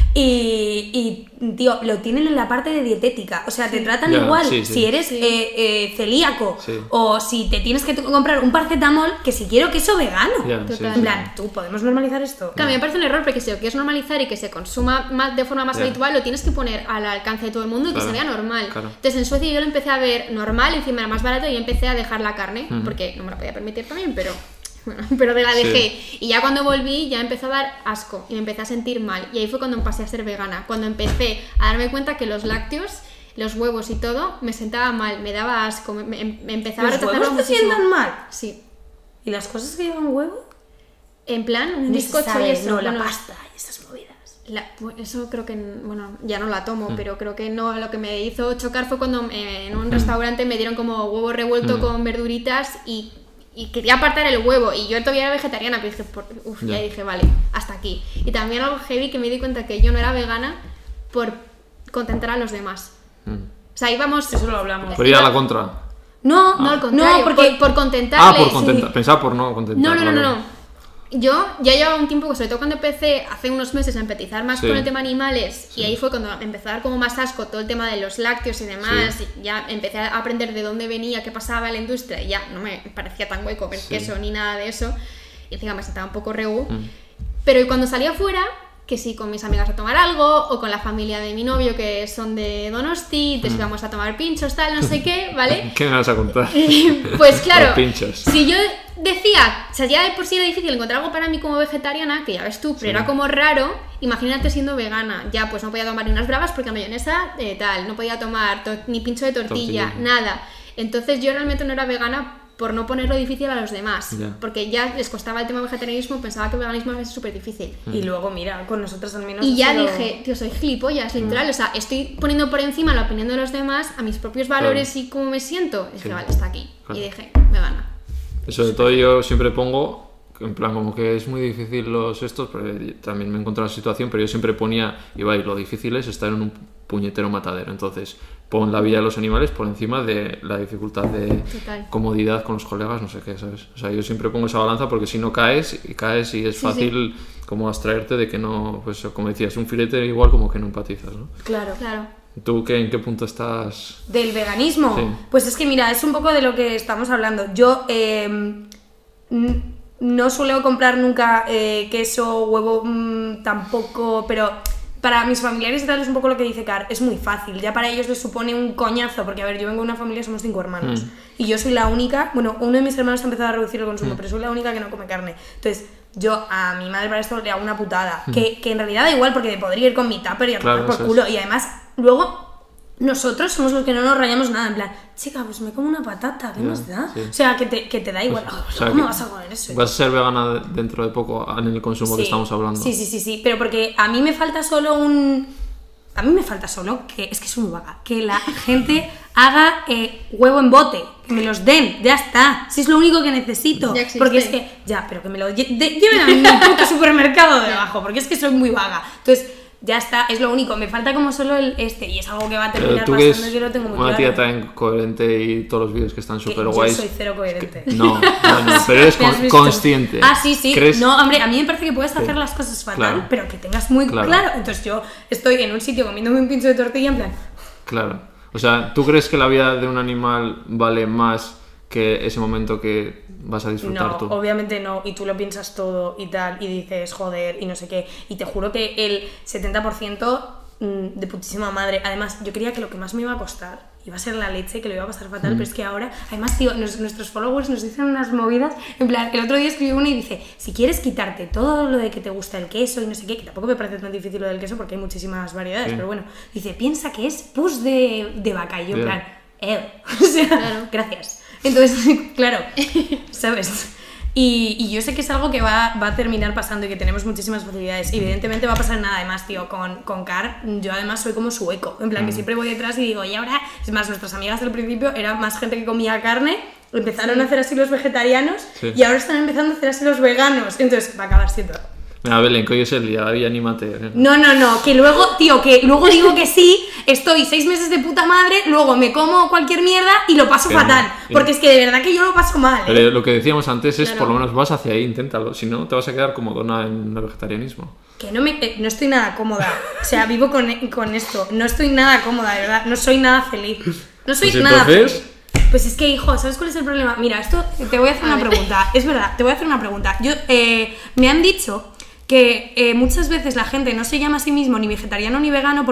Y tío, lo tienen en la parte de dietética. O sea, te tratan igual si eres celíaco o si te tienes que comprar un paracetamol que si quiero queso vegano. Total. En plan, ¿tú podemos normalizar esto? Claro, a mí me parece un error porque si lo quieres normalizar y que se consuma de forma más habitual, lo tienes que poner al alcance de todo el mundo y que se vea normal. Entonces en Suecia yo lo empecé a ver normal, encima era más barato y empecé a dejar la carne, porque no me la podía permitir también, pero bueno, pero la dejé. Y ya cuando volví ya empezó a dar asco y me empecé a sentir mal. Y ahí fue cuando pasé a ser vegana, cuando empecé a darme cuenta que los lácteos, los huevos y todo, me sentaba mal, me daba asco, me empezaba a ¿Los rechazarlo huevos te muchísimo. sientan mal? Sí. ¿Y las cosas que llevan huevo? En plan, un No se bizcocho sabe, y eso. no, la bueno, pasta y esas movidas. Eso creo que, bueno, ya no la tomo, pero creo que no. Lo que me hizo chocar fue cuando en un restaurante me dieron como huevo revuelto con verduritas y quería apartar el huevo y yo todavía era vegetariana, pero dije, ya dije, vale, hasta aquí. Y también algo heavy que me di cuenta que yo no era vegana por contentar a los demás. O sea, íbamos... Eso lo hablamos. Pero ir a la contra. No, al contrario, no, porque... por contentarles. por contentar. Pensaba por no contentar. No. Yo ya llevaba un tiempo, sobre todo cuando empecé hace unos meses a empatizar más con el tema animales y ahí fue cuando empezó a dar como más asco todo el tema de los lácteos y demás y ya empecé a aprender de dónde venía, qué pasaba en la industria y ya no me parecía tan guay comer queso ni nada de eso y encima me sentaba un poco regu pero cuando salía afuera, que sí, con mis amigas a tomar algo o con la familia de mi novio que son de Donosti, entonces íbamos a tomar pinchos, tal, no sé qué, ¿vale? ¿Qué me vas a contar? Pues claro, Los pinchos. si yo decía, o sea, ya de por sí era difícil encontrar algo para mí como vegetariana, que ya ves tú, pero era como raro, imagínate siendo vegana, ya pues no podía tomar ni unas bravas porque la mayonesa tal, no podía tomar ni pincho de tortilla, nada. Entonces yo realmente no era vegana por no ponerlo difícil a los demás. Ya. Porque ya les costaba el tema del vegetarianismo, pensaba que el veganismo iba a ser súper difícil. Y luego, mira, con nosotros al menos... Y ha ya sido- dije, tío, soy gilipollas, literal. O sea, estoy poniendo por encima la opinión de los demás a mis propios valores y cómo me siento. Y dije, Sí. vale, está aquí. Claro. Y dije, vegana. Sobre todo yo siempre pongo, en plan, como que es muy difícil los estos, pero también me he encontrado la situación, pero yo siempre ponía, Ibai, lo difícil es estar en un puñetero matadero. Entonces, pon la vida de los animales por encima de la dificultad de Total. comodidad con los colegas, no sé qué, ¿sabes? O sea, yo siempre pongo esa balanza porque si no caes y es fácil como abstraerte de que no, pues como decías, un filete igual como que no empatizas, ¿no? Claro. Claro. ¿Tú en qué punto estás? ¿Del veganismo? Sí. Pues es que mira, es un poco de lo que estamos hablando. Yo no suelo comprar nunca queso, huevo, tampoco, pero para mis familiares y tal es un poco lo que dice Car, es muy fácil. Ya para ellos les supone un coñazo, porque a ver, yo vengo de una familia, somos 5 hermanos, y yo soy la única, bueno, uno de mis hermanos ha empezado a reducir el consumo, pero soy la única que no come carne. Entonces, yo a mi madre para esto le hago una putada, que en realidad da igual, porque podría ir con mi tupper y a Claro, tomar por eso es. culo. Y además, luego nosotros somos los que no nos rayamos nada, en plan, chica, pues me como una patata, ¿qué Ya, más da? sí. O sea, que te da igual. O sea, ¿Cómo que vas a comer eso? ¿Vas a ser vegana dentro de poco en el consumo que Sí, estamos hablando? Sí, pero porque a mí me falta solo que es que soy muy vaga, que la gente haga huevo en bote, que me los den, ya está, si es lo único que necesito. Ya existe. Porque es que, ya, pero que me lo lleven a mi puto supermercado de abajo, porque es que soy muy vaga. Entonces, ya está, es lo único, me falta como solo y es algo que va a Pero terminar tú que pasando, es yo lo tengo muy una claro. tía tan coherente y todos los vídeos que están Que súper yo guays. soy cero coherente. No, pero eres ¿Me has visto? consciente. Ah, sí. ¿Crees? No, hombre, a mí me parece que puedes hacer las cosas fatal, Claro. pero que tengas muy Claro. claro. Entonces yo estoy en un sitio comiéndome un pincho de tortilla en plan, Claro. O sea, ¿tú crees que la vida de un animal vale más que ese momento que vas a disfrutar no, tú? obviamente no, y tú lo piensas todo y tal, y dices, joder, y no sé qué, y te juro que el 70% de putísima madre, además, yo creía que lo que más me iba a costar iba a ser la leche, que lo iba a pasar fatal, pero es que ahora, además, tío, nuestros followers nos dicen unas movidas, en plan, el otro día escribió uno y dice, si quieres quitarte todo lo de que te gusta el queso y no sé qué, que tampoco me parece tan difícil lo del queso porque hay muchísimas variedades, Sí. pero bueno, dice, piensa que es pus de vaca, y yo en Bien. plan, o sea, Claro. gracias. Entonces, claro, ¿sabes? Y yo sé que es algo que va a terminar pasando y que tenemos muchísimas facilidades. Evidentemente va a pasar nada además, tío, con Car, yo además soy como su eco, en plan que siempre voy detrás y digo, y ahora, es más, nuestras amigas del principio era más gente que comía carne, empezaron a hacer así los vegetarianos Sí. y ahora están empezando a hacer así los veganos, entonces va a acabar siendo... Mira, Belén, que hoy es el día, y anímate. No, que luego, tío, que luego digo que sí, estoy 6 meses de puta madre, luego me como cualquier mierda y lo paso Que no, fatal, que porque no. es que de verdad que yo lo paso mal, ¿eh? Pero lo que decíamos antes es, Claro. por lo menos vas hacia ahí, inténtalo. Si no, te vas a quedar como dona en el vegetarianismo. Que no estoy nada cómoda, o sea, vivo con esto, no estoy nada cómoda, de verdad, no soy nada feliz, no soy Pues nada entonces- feliz. Pues es que, hijo, ¿sabes cuál es el problema? Mira, esto, te voy a hacer una pregunta, es verdad, te voy a hacer una pregunta. Yo, me han dicho que muchas veces la gente no se llama a sí mismo ni vegetariano ni vegano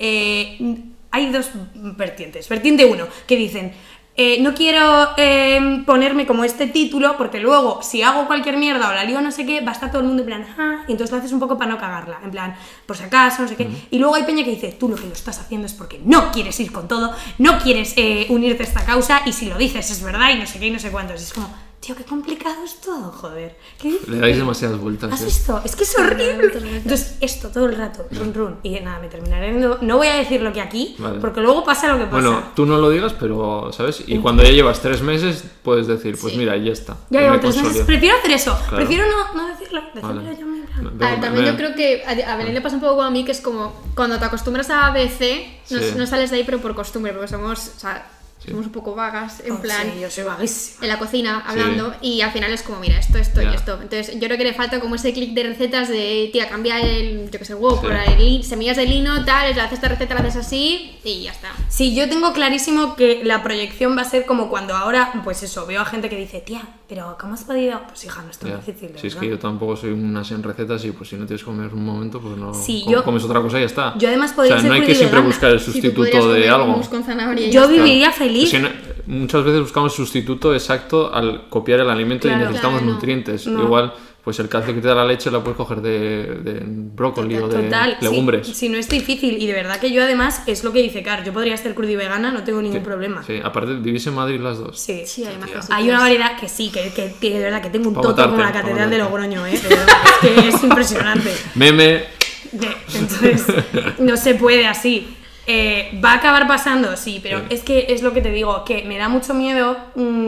porque hay dos vertientes. Vertiente 1, que dicen, no quiero ponerme como este título porque luego si hago cualquier mierda o la lío no sé qué, va a estar todo el mundo en plan, ah, y entonces lo haces un poco para no cagarla, en plan, por si acaso, no sé qué. Y luego hay peña que dice, tú lo que lo estás haciendo es porque no quieres ir con todo, no quieres unirte a esta causa y si lo dices es verdad y no sé qué y no sé cuántos. Y es como, tío, qué complicado es todo, joder. ¿Qué dices? Le dais demasiadas vueltas. ¿Has ¿eh? visto? Es que es horrible. Entonces, esto todo el rato, run run. Y nada, me terminaré. No voy a decir lo que aquí, Vale. porque luego pasa lo que pasa. Bueno, tú no lo digas, pero, ¿sabes? Y cuando ya llevas 3 meses, puedes decir, pues mira, ya está. Ya me llevo 3 meses. consolido. Prefiero hacer eso. Claro. Prefiero no decirlo. Decirlo Vale. yo misma. Ve- A ver, también ve- yo creo que a Belén le pasa un poco a mí, que es como cuando te acostumbras a ABC, no, Sí. no sales de ahí, pero por costumbre, porque somos, o sea, Sí. somos un poco vagas, en Oh, plan, sí, yo soy vaguísima. en la cocina hablando, y al final es como, mira, esto y Ya. esto. Entonces, yo creo que le falta como ese clic de recetas de, tía, cambia el, yo que sé, el huevo Sí. por semillas de lino, tal, le haces esta receta, la haces así, y ya está. Sí, yo tengo clarísimo que la proyección va a ser como cuando ahora, pues eso, veo a gente que dice, tía, pero ¿cómo has podido? Pues hija, no es tan Ya. difícil. de Si es verdad. que yo tampoco soy unas en recetas y pues si no tienes que comer un momento, pues no Sí, yo- comes otra cosa y ya está. yo además o podría sea, ser no hay que crudivegana. siempre buscar el Si tú sustituto podrías de comer algo. hummus con zanahoria y Yo ya está. viviría feliz. Si no- muchas veces buscamos sustituto exacto al copiar el alimento Claro. y necesitamos Claro, no. nutrientes. No. Igual, pues el calcio que te da la leche lo puedes coger de brócoli o de Total, legumbres. si no es difícil. Y de verdad que yo además, es lo que dice Car, yo podría ser crudo y vegana, no tengo ningún problema. Sí, aparte vivís en Madrid las dos. Sí, Sí, hay más cositas. hay una variedad que sí, que de verdad que tengo un Pa' toto matarte, como la pa' catedral de matarte. Logroño, de verdad, es que es impresionante. Meme. Entonces, no se puede así. ¿Va a acabar pasando? Sí, pero Sí. es que es lo que te digo, que me da mucho miedo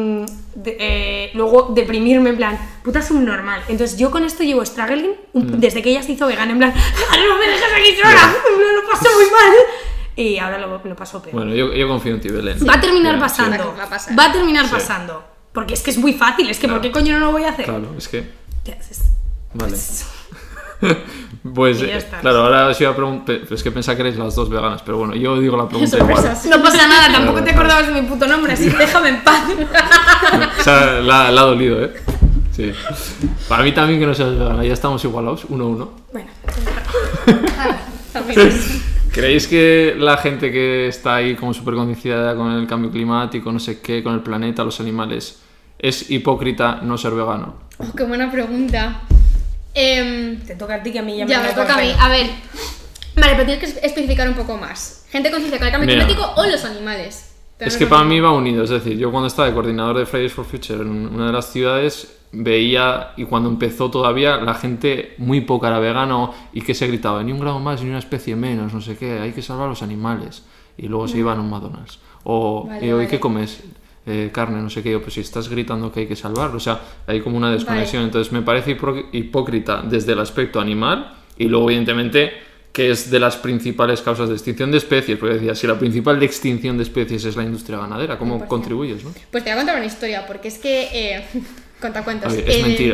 luego deprimirme en plan, puta subnormal. Entonces yo con esto llevo struggling desde que ella se hizo vegana, en plan, ¡ahora no me dejas aquí sola! Lo paso muy mal. Y ahora lo paso peor. Bueno, yo confío en ti, Belén. Va a terminar Mira, pasando. sí. Va a pasar. Va a terminar Sí. pasando. Porque es que es muy fácil, es que Claro. ¿por qué coño no lo voy a hacer? Claro, es que... ¿Qué haces? Vale. Pues Y ya está. claro, ahora os iba a preguntar, es que pensaba que erais las dos veganas, pero bueno, yo digo la pregunta igual. Sorpresas. No pasa nada, tampoco Claro, te claro. acordabas de mi puto nombre, así que déjame en paz. O sea, la ha dolido, ¿eh? Sí. Para mí también que no seas vegana, ya estamos igualados, 1-1. Bueno, Amigos. ¿Creéis que la gente que está ahí como súper concienciada con el cambio climático, no sé qué, con el planeta, los animales, es hipócrita no ser vegano? Oh, qué buena pregunta. te toca a ti que a mí ya Ya me toca a mí. A ver, vale, pero tienes que especificar un poco más. Gente conciencia con el cambio Mira. climático o los animales. Pero Es no que lo para mismo. mí va unido, es decir, yo cuando estaba de coordinador de Fridays for Future en una de las ciudades veía, y cuando empezó todavía, la gente muy poca era vegano y que se gritaba, ni un grado más, ni una especie menos, no sé qué, hay que salvar a los animales. Y luego se iban a un McDonald's. O, Vale, ¿y vale. qué comes? Carne, no sé qué, yo, pues si estás gritando que hay que salvarlo, o sea, hay como una desconexión. Entonces me parece hipócrita desde el aspecto animal y luego evidentemente que es de las principales causas de extinción de especies, porque decía, si la principal de extinción de especies es la industria ganadera, ¿cómo 100%. contribuyes, no? Pues te voy a contar una historia, porque es que... Cuenta cuentos. Oye, es mentira.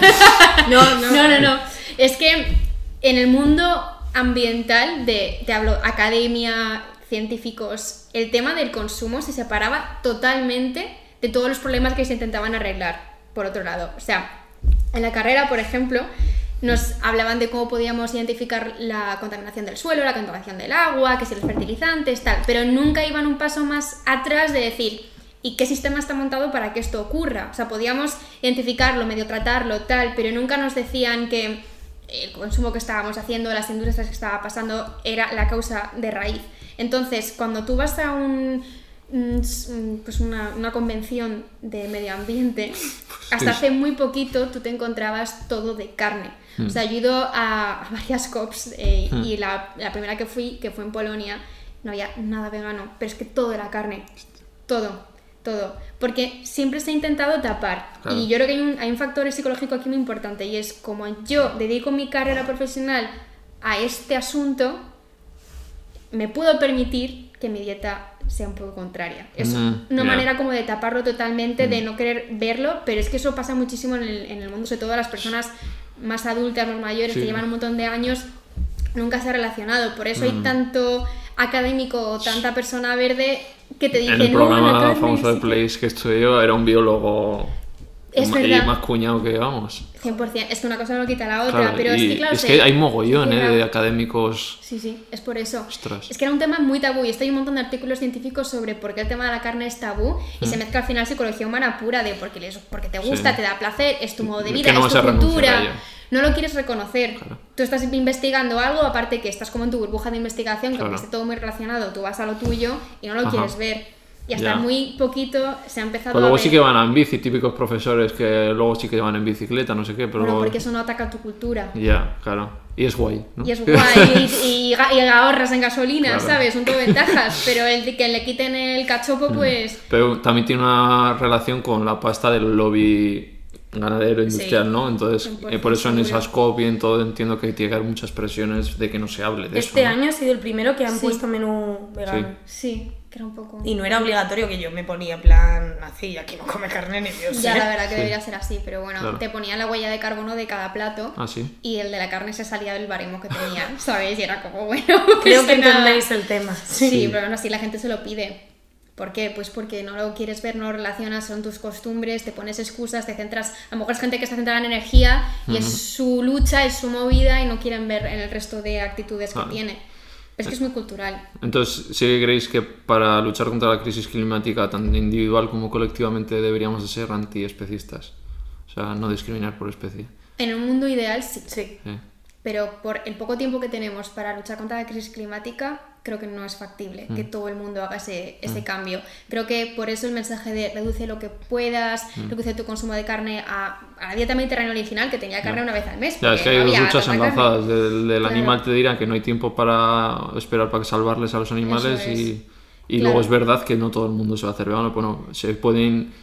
No. Es que en el mundo ambiental, te hablo academia, científicos, el tema del consumo se separaba totalmente de todos los problemas que se intentaban arreglar, por otro lado. O sea, en la carrera, por ejemplo, nos hablaban de cómo podíamos identificar la contaminación del suelo, la contaminación del agua, que si los fertilizantes, tal, pero nunca iban un paso más atrás de decir, ¿y qué sistema está montado para que esto ocurra? O sea, podíamos identificarlo, medio tratarlo, tal, pero nunca nos decían que el consumo que estábamos haciendo, las industrias que estaba pasando, era la causa de raíz. Entonces, cuando tú vas a pues una convención de medio ambiente, hasta hace muy poquito tú te encontrabas todo de carne. O sea, yo he ido a varias COPs y la primera que fue en Polonia, no había nada vegano, pero es que todo era carne. Todo. Porque siempre se ha intentado tapar. Claro. Y yo creo que hay un factor psicológico aquí muy importante, y es como yo dedico mi carrera profesional a este asunto, me puedo permitir que mi dieta sea un poco contraria. Es una manera como de taparlo totalmente, de no querer verlo, pero es que eso pasa muchísimo en el mundo, sobre todo a las personas más adultas, más mayores, que llevan un montón de años, nunca se ha relacionado. Por eso hay tanto académico o tanta persona verde que te dice, En el no, la programa carne, famoso de sí que-". Place que estuve yo era un biólogo Es y verdad. más cuñado que vamos. 100%, es que una cosa no quita la otra, Claro, pero es y que claro, es que hay mogollón se cierra. de académicos. Sí, es por eso. Ostras. Es que era un tema muy tabú y esto hay un montón de artículos científicos sobre por qué el tema de la carne es tabú y se mezcla al final psicología humana pura de porque te gusta, Sí. te da placer, es tu modo de Es vida, que no es vas tu a renunciar a cultura. ello. No lo quieres reconocer. Claro. Tú estás investigando algo, aparte que estás como en tu burbuja de investigación, que Claro. aunque esté todo muy relacionado, tú vas a lo tuyo y no lo Ajá. quieres ver. Y hasta Ya. muy poquito se ha empezado Pues a luego ver. sí que van en bici, típicos profesores que luego sí que van en bicicleta, no sé qué, pero Bueno, luego... porque eso no ataca tu cultura. Ya, claro. Y es guay, ¿no? Y es guay, y ahorras en gasolina, Claro. ¿sabes? Son todo ventajas, pero el de que le quiten el cachopo, pues... Pero también tiene una relación con la pasta del lobby ganadero industrial, Sí, ¿no? Entonces, 100% por eso en seguro. esas COP y en todo entiendo que tiene que haber muchas presiones de que no se hable de Este eso, ¿no? año ha sido el primero que han Sí. puesto menú vegano. Sí, que era un poco... Y no era obligatorio, que yo me ponía en plan así, aquí no come carne ni Dios. Ya, ¿eh? la verdad que debería ser así, pero bueno, Claro. te ponían la huella de carbono de cada plato Ah, sí. y el de la carne se salía del baremo que tenía, ¿sabes? Y era como, bueno, Creo que nada. entendéis el tema. Sí, pero aún así la gente se lo pide. ¿Por qué? Pues porque no lo quieres ver, no lo relacionas, son tus costumbres, te pones excusas, te centras... A lo mejor es gente que está centrada en energía y es su lucha, es su movida y no quieren ver en el resto de actitudes que Claro. tiene. Es que es muy cultural. Entonces, ¿sí que creéis que para luchar contra la crisis climática, tanto individual como colectivamente, deberíamos de ser antiespecistas? O sea, no discriminar por especie. En un mundo ideal sí. Sí. Pero por el poco tiempo que tenemos para luchar contra la crisis climática, creo que no es factible que todo el mundo haga ese cambio. Creo que por eso el mensaje de reduce lo que puedas, reduce tu consumo de carne a la dieta mediterránea original, que tenía carne una vez al mes. Ya, es que hay dos luchas tanta enlazadas. carne. Del Claro. animal te dirán que no hay tiempo para esperar para salvarles a los animales Eso es. y Claro. luego es verdad que no todo el mundo se va a hacer vegano. Bueno, se pueden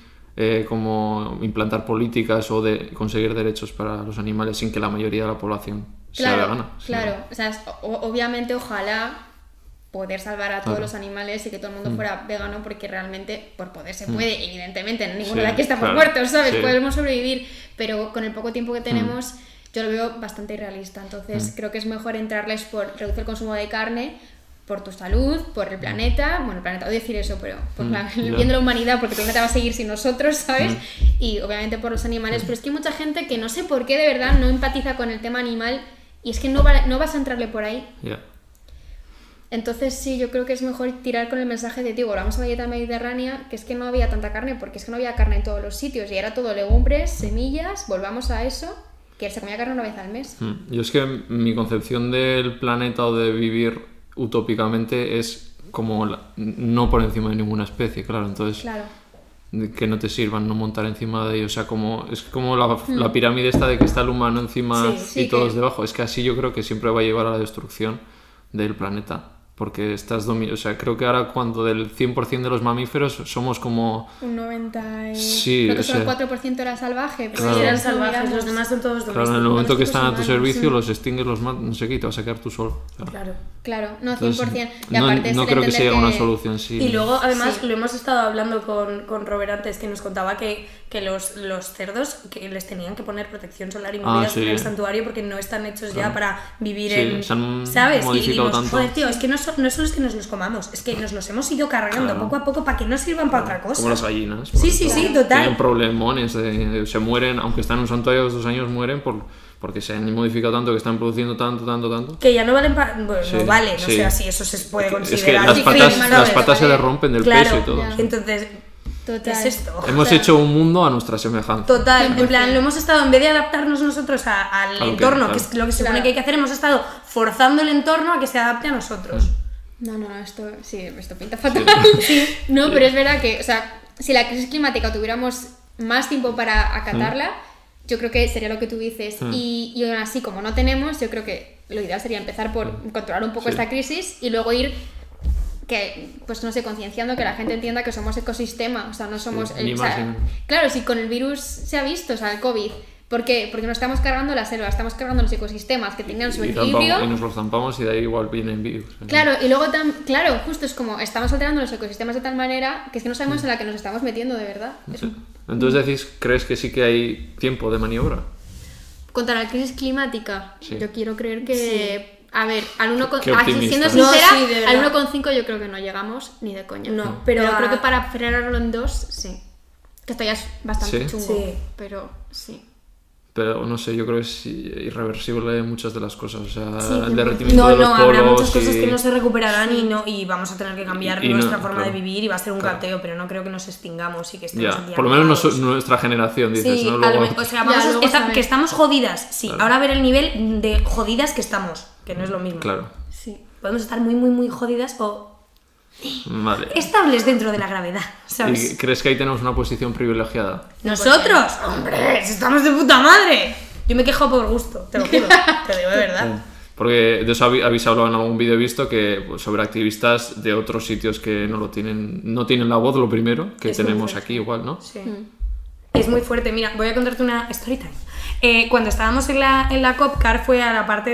como implantar políticas o de conseguir derechos para los animales sin que la mayoría de la población sea vegana. Claro, o sea, obviamente ojalá poder salvar a todos Claro. los animales y que todo el mundo fuera vegano, porque realmente por poder se puede, evidentemente, ninguno Sí, de aquí estamos claro, muertos, ¿sabes? sí. Podemos sobrevivir, pero con el poco tiempo que tenemos yo lo veo bastante irrealista, entonces creo que es mejor entrarles por reducir el consumo de carne, por tu salud, por el planeta, bueno, el planeta, odio decir eso, pero por el bien de la humanidad, porque el planeta va a seguir sin nosotros, ¿sabes? Y obviamente por los animales, pero es que hay mucha gente que no sé por qué de verdad no empatiza con el tema animal y es que no vas a entrarle por ahí. Ya. Entonces sí, yo creo que es mejor tirar con el mensaje de, tío, volvamos a la dieta mediterránea, que es que no había tanta carne, porque es que no había carne en todos los sitios y era todo legumbres, semillas, volvamos a eso, que se comía carne una vez al mes. Yo es que mi concepción del planeta o de vivir utópicamente es como no por encima de ninguna especie, claro, entonces Claro. que no te sirvan, no montar encima de ellos, o sea, es como la pirámide esta de que está el humano encima Sí, y sí, todos que- debajo, es que así yo creo que siempre va a llevar a la destrucción del planeta, porque o sea, creo que ahora cuando del 100% de los mamíferos somos como... Un 90 y... Sí, creo que o solo sea- el 4% era salvaje, pero Claro. si Eran eran salvajes, los demás son todos domésticos. Claro, en el momento que los están a tu humanos, servicio los extingues, los matas, no sé qué, te vas a quedar tú solo. Claro. Claro, no, 100%. Entonces, Y aparte no es el creo que se entender llegue a una solución, sí. Y luego, además, Sí. lo hemos estado hablando con Robert antes, que nos contaba que los cerdos que les tenían que poner protección solar y movidas sí. en el santuario porque no están hechos ya para vivir Sí, en... se han ¿sabes? modificado tanto. Joder, tío, es que no solo es que nos los comamos, es que nos los hemos ido cargando Claro. poco a poco para que no sirvan para otra cosa. Como las gallinas. Sí, sí, sí, total. Tienen problemones, se mueren, aunque están en un santuario de 2 años, mueren porque se han modificado tanto, que están produciendo tanto. Que ya no valen para... Bueno, Sí, no vale, no sí. sé si eso se puede Es que considerar. las Sí, que patas, los animales las patas se vale. les rompen del Claro, peso y todo. ya. sí. Entonces, ¿qué Total. es esto? Hemos O sea, hecho un mundo a nuestra semejanza. Total, en 100%. plan, lo hemos estado, en vez de adaptarnos nosotros al Claro, entorno, claro. que es lo que se supone Claro. que hay que hacer, hemos estado forzando el entorno a que se adapte a nosotros. No, esto pinta fatal. No, pero es verdad que, o sea, si la crisis climática tuviéramos más tiempo para acatarla, yo creo que sería lo que tú dices. Y aún así, como no tenemos, yo creo que lo ideal sería empezar por controlar un poco Sí. esta crisis y luego ir pues no sé, concienciando que la gente entienda que somos ecosistema, o sea, no somos... ni o más sea, ni menos. claro, si con el virus se ha visto, o sea, el COVID, ¿por qué? Porque nos estamos cargando la selva, estamos cargando los ecosistemas que tenían su Y equilibrio. nos los zampamos y de ahí igual vienen virus. Claro, y luego claro, justo es como estamos alterando los ecosistemas de tal manera que es que no sabemos en la que nos estamos metiendo de verdad. Sí. Entonces ¿crees que sí que hay tiempo de maniobra? Contra la crisis climática, Sí. yo quiero creer que... A ver, al 1, Qué aquí optimista. siendo No, sincera, sí, de verdad. al 1,5 yo creo que no llegamos ni de coña. No, pero creo que para frenarlo en 2, sí. Que esto ya es bastante Sí. chungo, Sí. pero sí. Pero no sé, yo creo que es irreversible muchas de las cosas. O sea, Sí, el derretimiento No, de los no, polos. habrá muchas cosas y- que no se recuperarán y vamos a tener que cambiar y no, nuestra forma claro. de vivir y va a ser un Claro. cateo, pero no creo que nos extingamos y que estemos Ya, aquí por lo menos acabados. nuestra generación, dices, Sí, ¿no? a lo Luego- o sea, Ya, vamos a luego estar- saber. que estamos jodidas, sí. Claro. Ahora a ver el nivel de jodidas que estamos, que no es lo mismo. Claro, Sí. Podemos estar muy, muy, muy jodidas o vale. estables dentro de la gravedad, ¿Y ¿sabes? crees que ahí tenemos una posición privilegiada? ¿Nosotros? ¡Hombre! ¡Si estamos de puta madre! Yo me quejo por gusto, te lo juro. Te lo digo de verdad. Porque de eso habéis hablado en algún vídeo, he visto que pues, sobre activistas de otros sitios que no tienen la voz, lo primero, que Es muy tenemos fuerte. aquí igual, ¿no? Sí. Es muy fuerte. Mira, voy a contarte una story time. Cuando estábamos en la COP, Car fue a la parte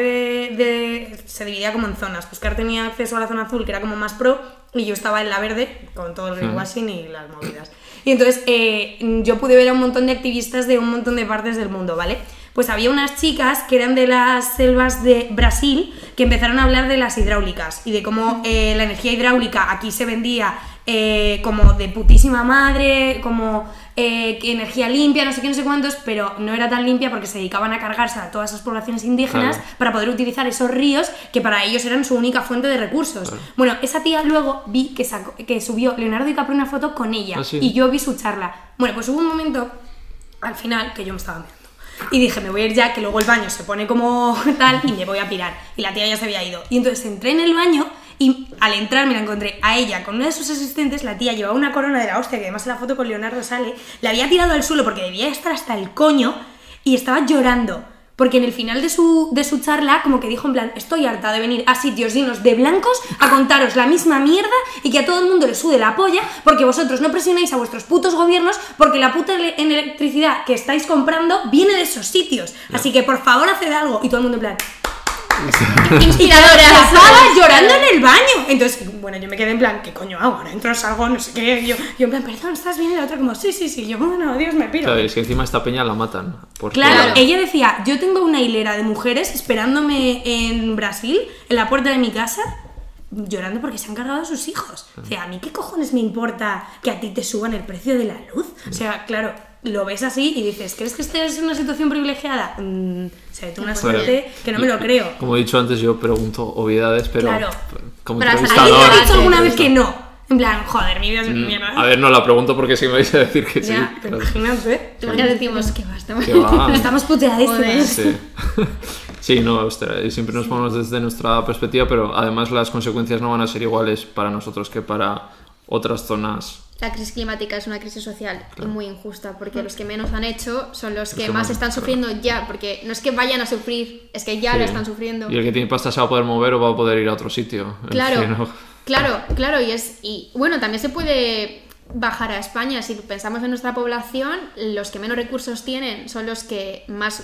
se dividía como en zonas. Pues Car tenía acceso a la zona azul, que era como más pro, y yo estaba en la verde, con todo el greenwashing y las movidas. Y entonces yo pude ver a un montón de activistas de un montón de partes del mundo, ¿vale? Pues había unas chicas que eran de las selvas de Brasil que empezaron a hablar de las hidráulicas y de cómo la energía hidráulica aquí se vendía como de putísima madre, como que energía limpia, no sé qué, no sé cuántos, pero no era tan limpia porque se dedicaban a cargarse a todas esas poblaciones indígenas Claro. para poder utilizar esos ríos que para ellos eran su única fuente de recursos. Claro. Bueno, esa tía luego vi que subió Leonardo DiCaprio una foto con ella Ah, sí. y yo vi su charla. Bueno, pues hubo un momento al final que yo me estaba mirando. Y dije, me voy a ir ya, que luego el baño se pone como tal y me voy a pirar. Y la tía ya se había ido. Y entonces entré en el baño y al entrar me la encontré a ella con una de sus asistentes. La tía llevaba una corona de la hostia, que además en la foto con Leonardo sale. La había tirado al suelo porque debía estar hasta el coño y estaba llorando. Porque en el final de su charla como que dijo en plan, estoy harta de venir a sitios llenos de blancos a contaros la misma mierda y que a todo el mundo le sude la polla porque vosotros no presionáis a vuestros putos gobiernos porque la puta electricidad que estáis comprando viene de esos sitios. Así que por favor haced algo. Y todo el mundo en plan... Inspiradora. Estaba llorando en el baño. Entonces, bueno, yo me quedé en plan, ¿qué coño hago? Ahora entro, salgo, no sé qué. Yo en plan, perdón, ¿estás bien? Y la otra como, sí. Yo, bueno, adiós, me piro. Claro, es que encima esta peña la matan. Claro, ella decía, yo tengo una hilera de mujeres esperándome en Brasil, en la puerta de mi casa, llorando porque se han cargado a sus hijos. O sea, ¿a mí qué cojones me importa que a ti te suban el precio de la luz? O sea, claro, lo ves así y dices, ¿crees que estés en una situación privilegiada? O sea, tengo una suerte que no me lo creo. Como he dicho antes, yo pregunto obviedades, pero claro. Como ¿Alguien entrevistador... te ha dicho alguna vez que no? En plan, joder, mi vida es una mierda. A ver, no la pregunto porque sí me vais a decir que Ya, sí. te Claro. imagínate. Ya decimos que basta. Que va. Estamos puteadísimas. Sí. Sí, no, ostras, y siempre nos ponemos desde nuestra perspectiva, pero además las consecuencias no van a ser iguales para nosotros que para otras zonas. La crisis climática es una crisis social y muy injusta, porque los que menos han hecho son los que más más, están sufriendo ya, porque no es que vayan a sufrir, es que ya Sí. lo están sufriendo. Y el que tiene pasta se va a poder mover o va a poder ir a otro sitio. Claro, Que no- claro, y bueno, también se puede bajar a España. Si pensamos en nuestra población, los que menos recursos tienen son los que más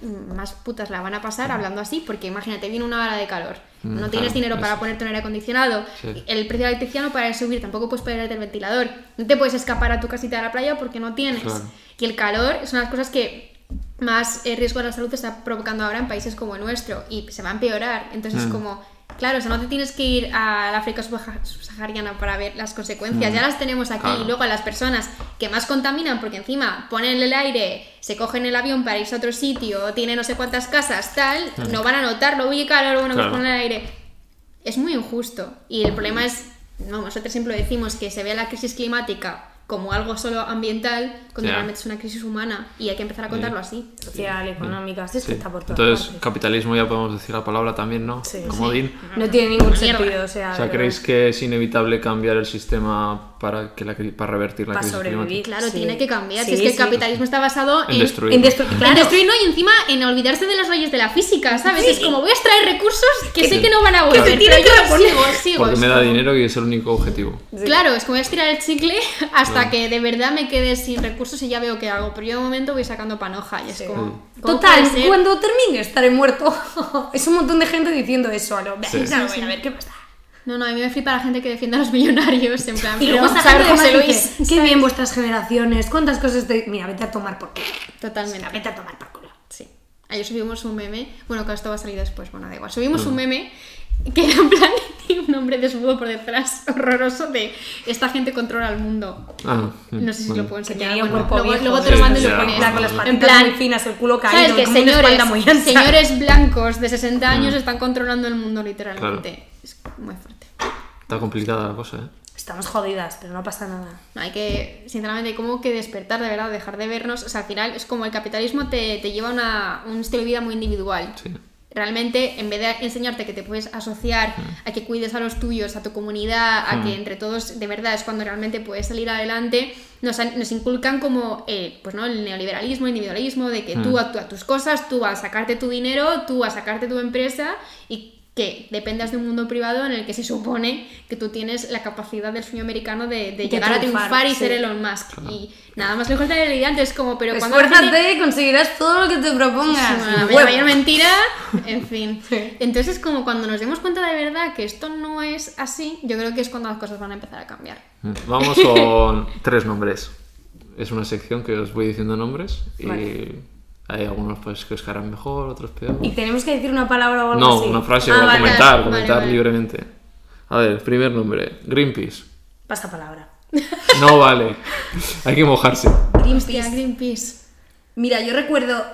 putas la van a pasar, hablando así, porque imagínate, viene una hora de calor, no tienes claro, dinero para eso. ponerte un aire acondicionado, Sí. el precio de la electricidad no para de subir, tampoco puedes poner el ventilador, no te puedes escapar a tu casita de la playa porque no tienes. Claro. Y el calor es una de las cosas que más riesgo a la salud está provocando ahora en países como el nuestro, y se va a empeorar. Entonces es como, claro, o sea, no te tienes que ir al África subsahariana para ver las consecuencias, ya las tenemos aquí. Claro. Y luego a las personas que más contaminan, porque encima ponen el aire, se cogen el avión para irse a otro sitio, tiene no sé cuántas casas, tal, no van a notarlo, uy, calor, bueno, pues Claro. ponen el aire. Es muy injusto. Y el problema es, no, nosotros siempre decimos que se ve la crisis climática como algo solo ambiental, cuando Ya. realmente es una crisis humana, y hay que empezar a contarlo así. Social, económica, es que Sí. está por todas Entonces, partes. capitalismo ya podemos decir la palabra también, ¿no? Sí. Comodín. No tiene ningún Mierda. sentido, o sea... O sea, de ¿creéis que es inevitable cambiar el sistema para revertir la Para crisis sobrevivir. climática? Claro, Sí. tiene que cambiar. Sí, Si es que el sí. capitalismo está basado En en destruir. En claro. destruir, ¿no? Y encima en olvidarse de las leyes de la física, ¿sabes? Sí. Es como voy a extraer recursos que sé sí. que no van a volver, se tienen pero que yo reponer. sigo. Porque es me da como- dinero y es el único objetivo. Sí. Claro, es como voy a estirar el chicle hasta Claro. que de verdad me quede sin recursos y ya veo qué hago. Pero yo de momento voy sacando panoja y es Sí. como... ¿cómo Total, puede ser? cuando termine estaré muerto. Es un montón de gente diciendo eso a lo... Sí. Claro, Sí, sí. a ver qué pasa. No, a mí me flipa la gente que defiende a los millonarios, en plan... Y pero luego esta vamos a ver, gente José además Luis, dice, qué ¿sabes? bien vuestras generaciones, cuántas cosas te... Mira, vete a tomar por culo. Totalmente. Vete a tomar por culo. Sí. Ayer subimos un meme, bueno, que esto va a salir después, bueno, da igual. Subimos un meme que en plan tiene un hombre desnudo por detrás, horroroso, de esta gente controla el mundo. Ah, No sé si vale. lo puedo enseñar. Tenía un bueno, cuerpo luego, viejo, luego te lo sí, mando y ya, lo pones. Ya, con las En patitas plan, muy finas, el culo ¿sabes? caído, Que y como una espalda muy ancha. señores blancos de 60 años están controlando el mundo literalmente. Es muy fuerte. Está complicada la cosa, ¿eh? Estamos jodidas, pero no pasa nada. No, hay que, sinceramente, hay como que despertar de verdad, dejar de vernos. O sea, al final es como el capitalismo te lleva a un estilo de vida muy individual. Sí. Realmente, en vez de enseñarte que te puedes asociar, a que cuides a los tuyos, a tu comunidad, a que entre todos de verdad es cuando realmente puedes salir adelante, nos inculcan como pues no, el neoliberalismo, el individualismo, de que tú a tus cosas, tú a sacarte tu dinero, tú a sacarte tu empresa, y que dependas de un mundo privado en el que se supone que tú tienes la capacidad del sueño americano de llegar a triunfar y sí. ser Elon Musk. Y nada más lejos de la realidad, es como, pero cuando la Esfuérzate gente- y conseguirás todo lo que te propongas. es una Huevo. mayor mentira, en fin. Sí. Entonces, como cuando nos demos cuenta de verdad que esto no es así, yo creo que es cuando las cosas van a empezar a cambiar. Vamos con 3 nombres. Es una sección que os voy diciendo nombres y Vale. hay algunos pues que os caerán mejor, otros peor. ¿Y tenemos que decir una palabra o algo No, así? una frase Ah, o vale. comentar vale. libremente. A ver, primer nombre, Greenpeace. Pasa palabra. No vale, hay que mojarse. Hostia, Greenpeace. Mira, yo recuerdo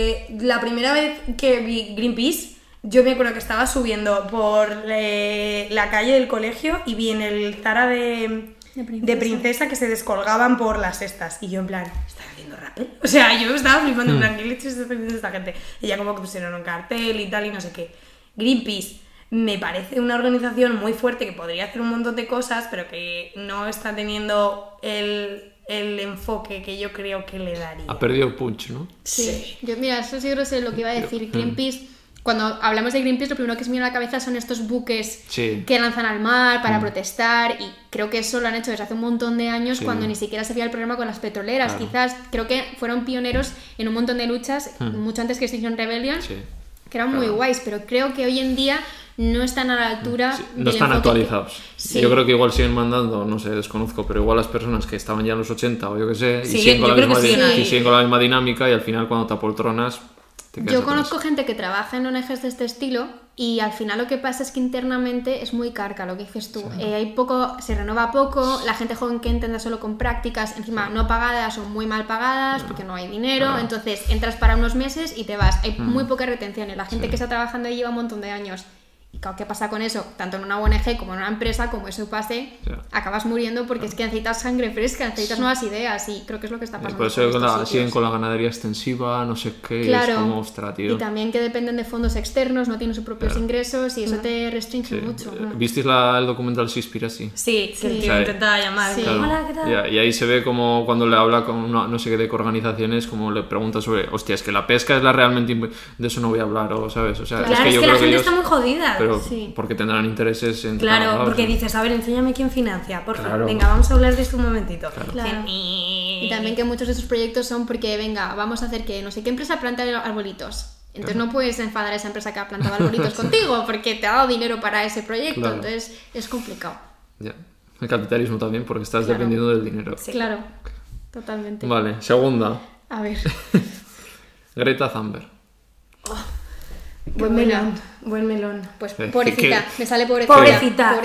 la primera vez que vi Greenpeace, yo me acuerdo que estaba subiendo por la calle del colegio y vi en el Zara de princesa que se descolgaban por las cestas. Y yo en plan, ¿están haciendo rappel? O sea, yo estaba flipando en plan, ¿qué leches está haciendo esta gente? Y ya como que pusieron un cartel y tal y no sé qué. Greenpeace me parece una organización muy fuerte que podría hacer un montón de cosas, pero que no está teniendo el enfoque que yo creo que le daría. Ha perdido punch, ¿no? Sí. Yo, mira, eso sí creo que es lo que iba a decir. Greenpeace, cuando hablamos de Greenpeace, lo primero que se me viene a la cabeza son estos buques que lanzan al mar para protestar, y creo que eso lo han hecho desde hace un montón de años, cuando ni siquiera se veía el problema con las petroleras. Quizás creo que fueron pioneros en un montón de luchas, mucho antes que Extinction Rebellion, que eran muy guays, pero creo que hoy en día no están a la altura no están actualizados. Yo creo que igual siguen mandando, no sé, desconozco, pero igual las personas que estaban ya en los 80 o yo que sé, y siguen con la misma dinámica, y al final cuando te apoltronas te quedas yo atrás. Conozco gente que trabaja en ONGs de este estilo, y al final lo que pasa es que internamente es muy carca, lo que dices tú. Hay poco, se renueva poco, la gente joven que entra solo con prácticas, encima no pagadas o muy mal pagadas porque no hay dinero, entonces entras para unos meses y te vas. Hay muy pocas retenciones, la gente que está trabajando ahí lleva un montón de años. Y claro, ¿qué pasa con eso? Tanto en una ONG como en una empresa, como eso pase, acabas muriendo porque es que necesitas sangre fresca, necesitas nuevas ideas, y creo que es lo que está pasando. Por eso siguen con la ganadería extensiva, no sé qué, claro, es como, ostra, tío. Y también que dependen de fondos externos, no tienen sus propios ingresos, y eso te restringe mucho. ¿Visteis el documental Seaspiracy? Sí, que el tío intentaba llamar. Claro. Hola, ¿qué tal? Y ahí se ve como cuando le habla con no sé qué de qué organizaciones, como le pregunta sobre, hostia, es que la pesca es la realmente... De eso no voy a hablar, o ¿sabes? O sea, claro, es que la gente está muy jodida. Pero porque tendrán intereses en... Claro, porque dices, a ver, enséñame quién financia, por favor. Claro. Venga, vamos a hablar de esto un momentito. Claro. Y también que muchos de estos proyectos son porque, venga, vamos a hacer que no sé qué empresa planta arbolitos. Entonces no puedes enfadar a esa empresa que ha plantado arbolitos contigo porque te ha dado dinero para ese proyecto. Entonces es complicado. Ya. El capitalismo también, porque estás dependiendo del dinero. Sí. Claro, totalmente. Vale, segunda. A ver. Greta Thunberg. Buen melón. Pues pobrecita, me sale pobrecita.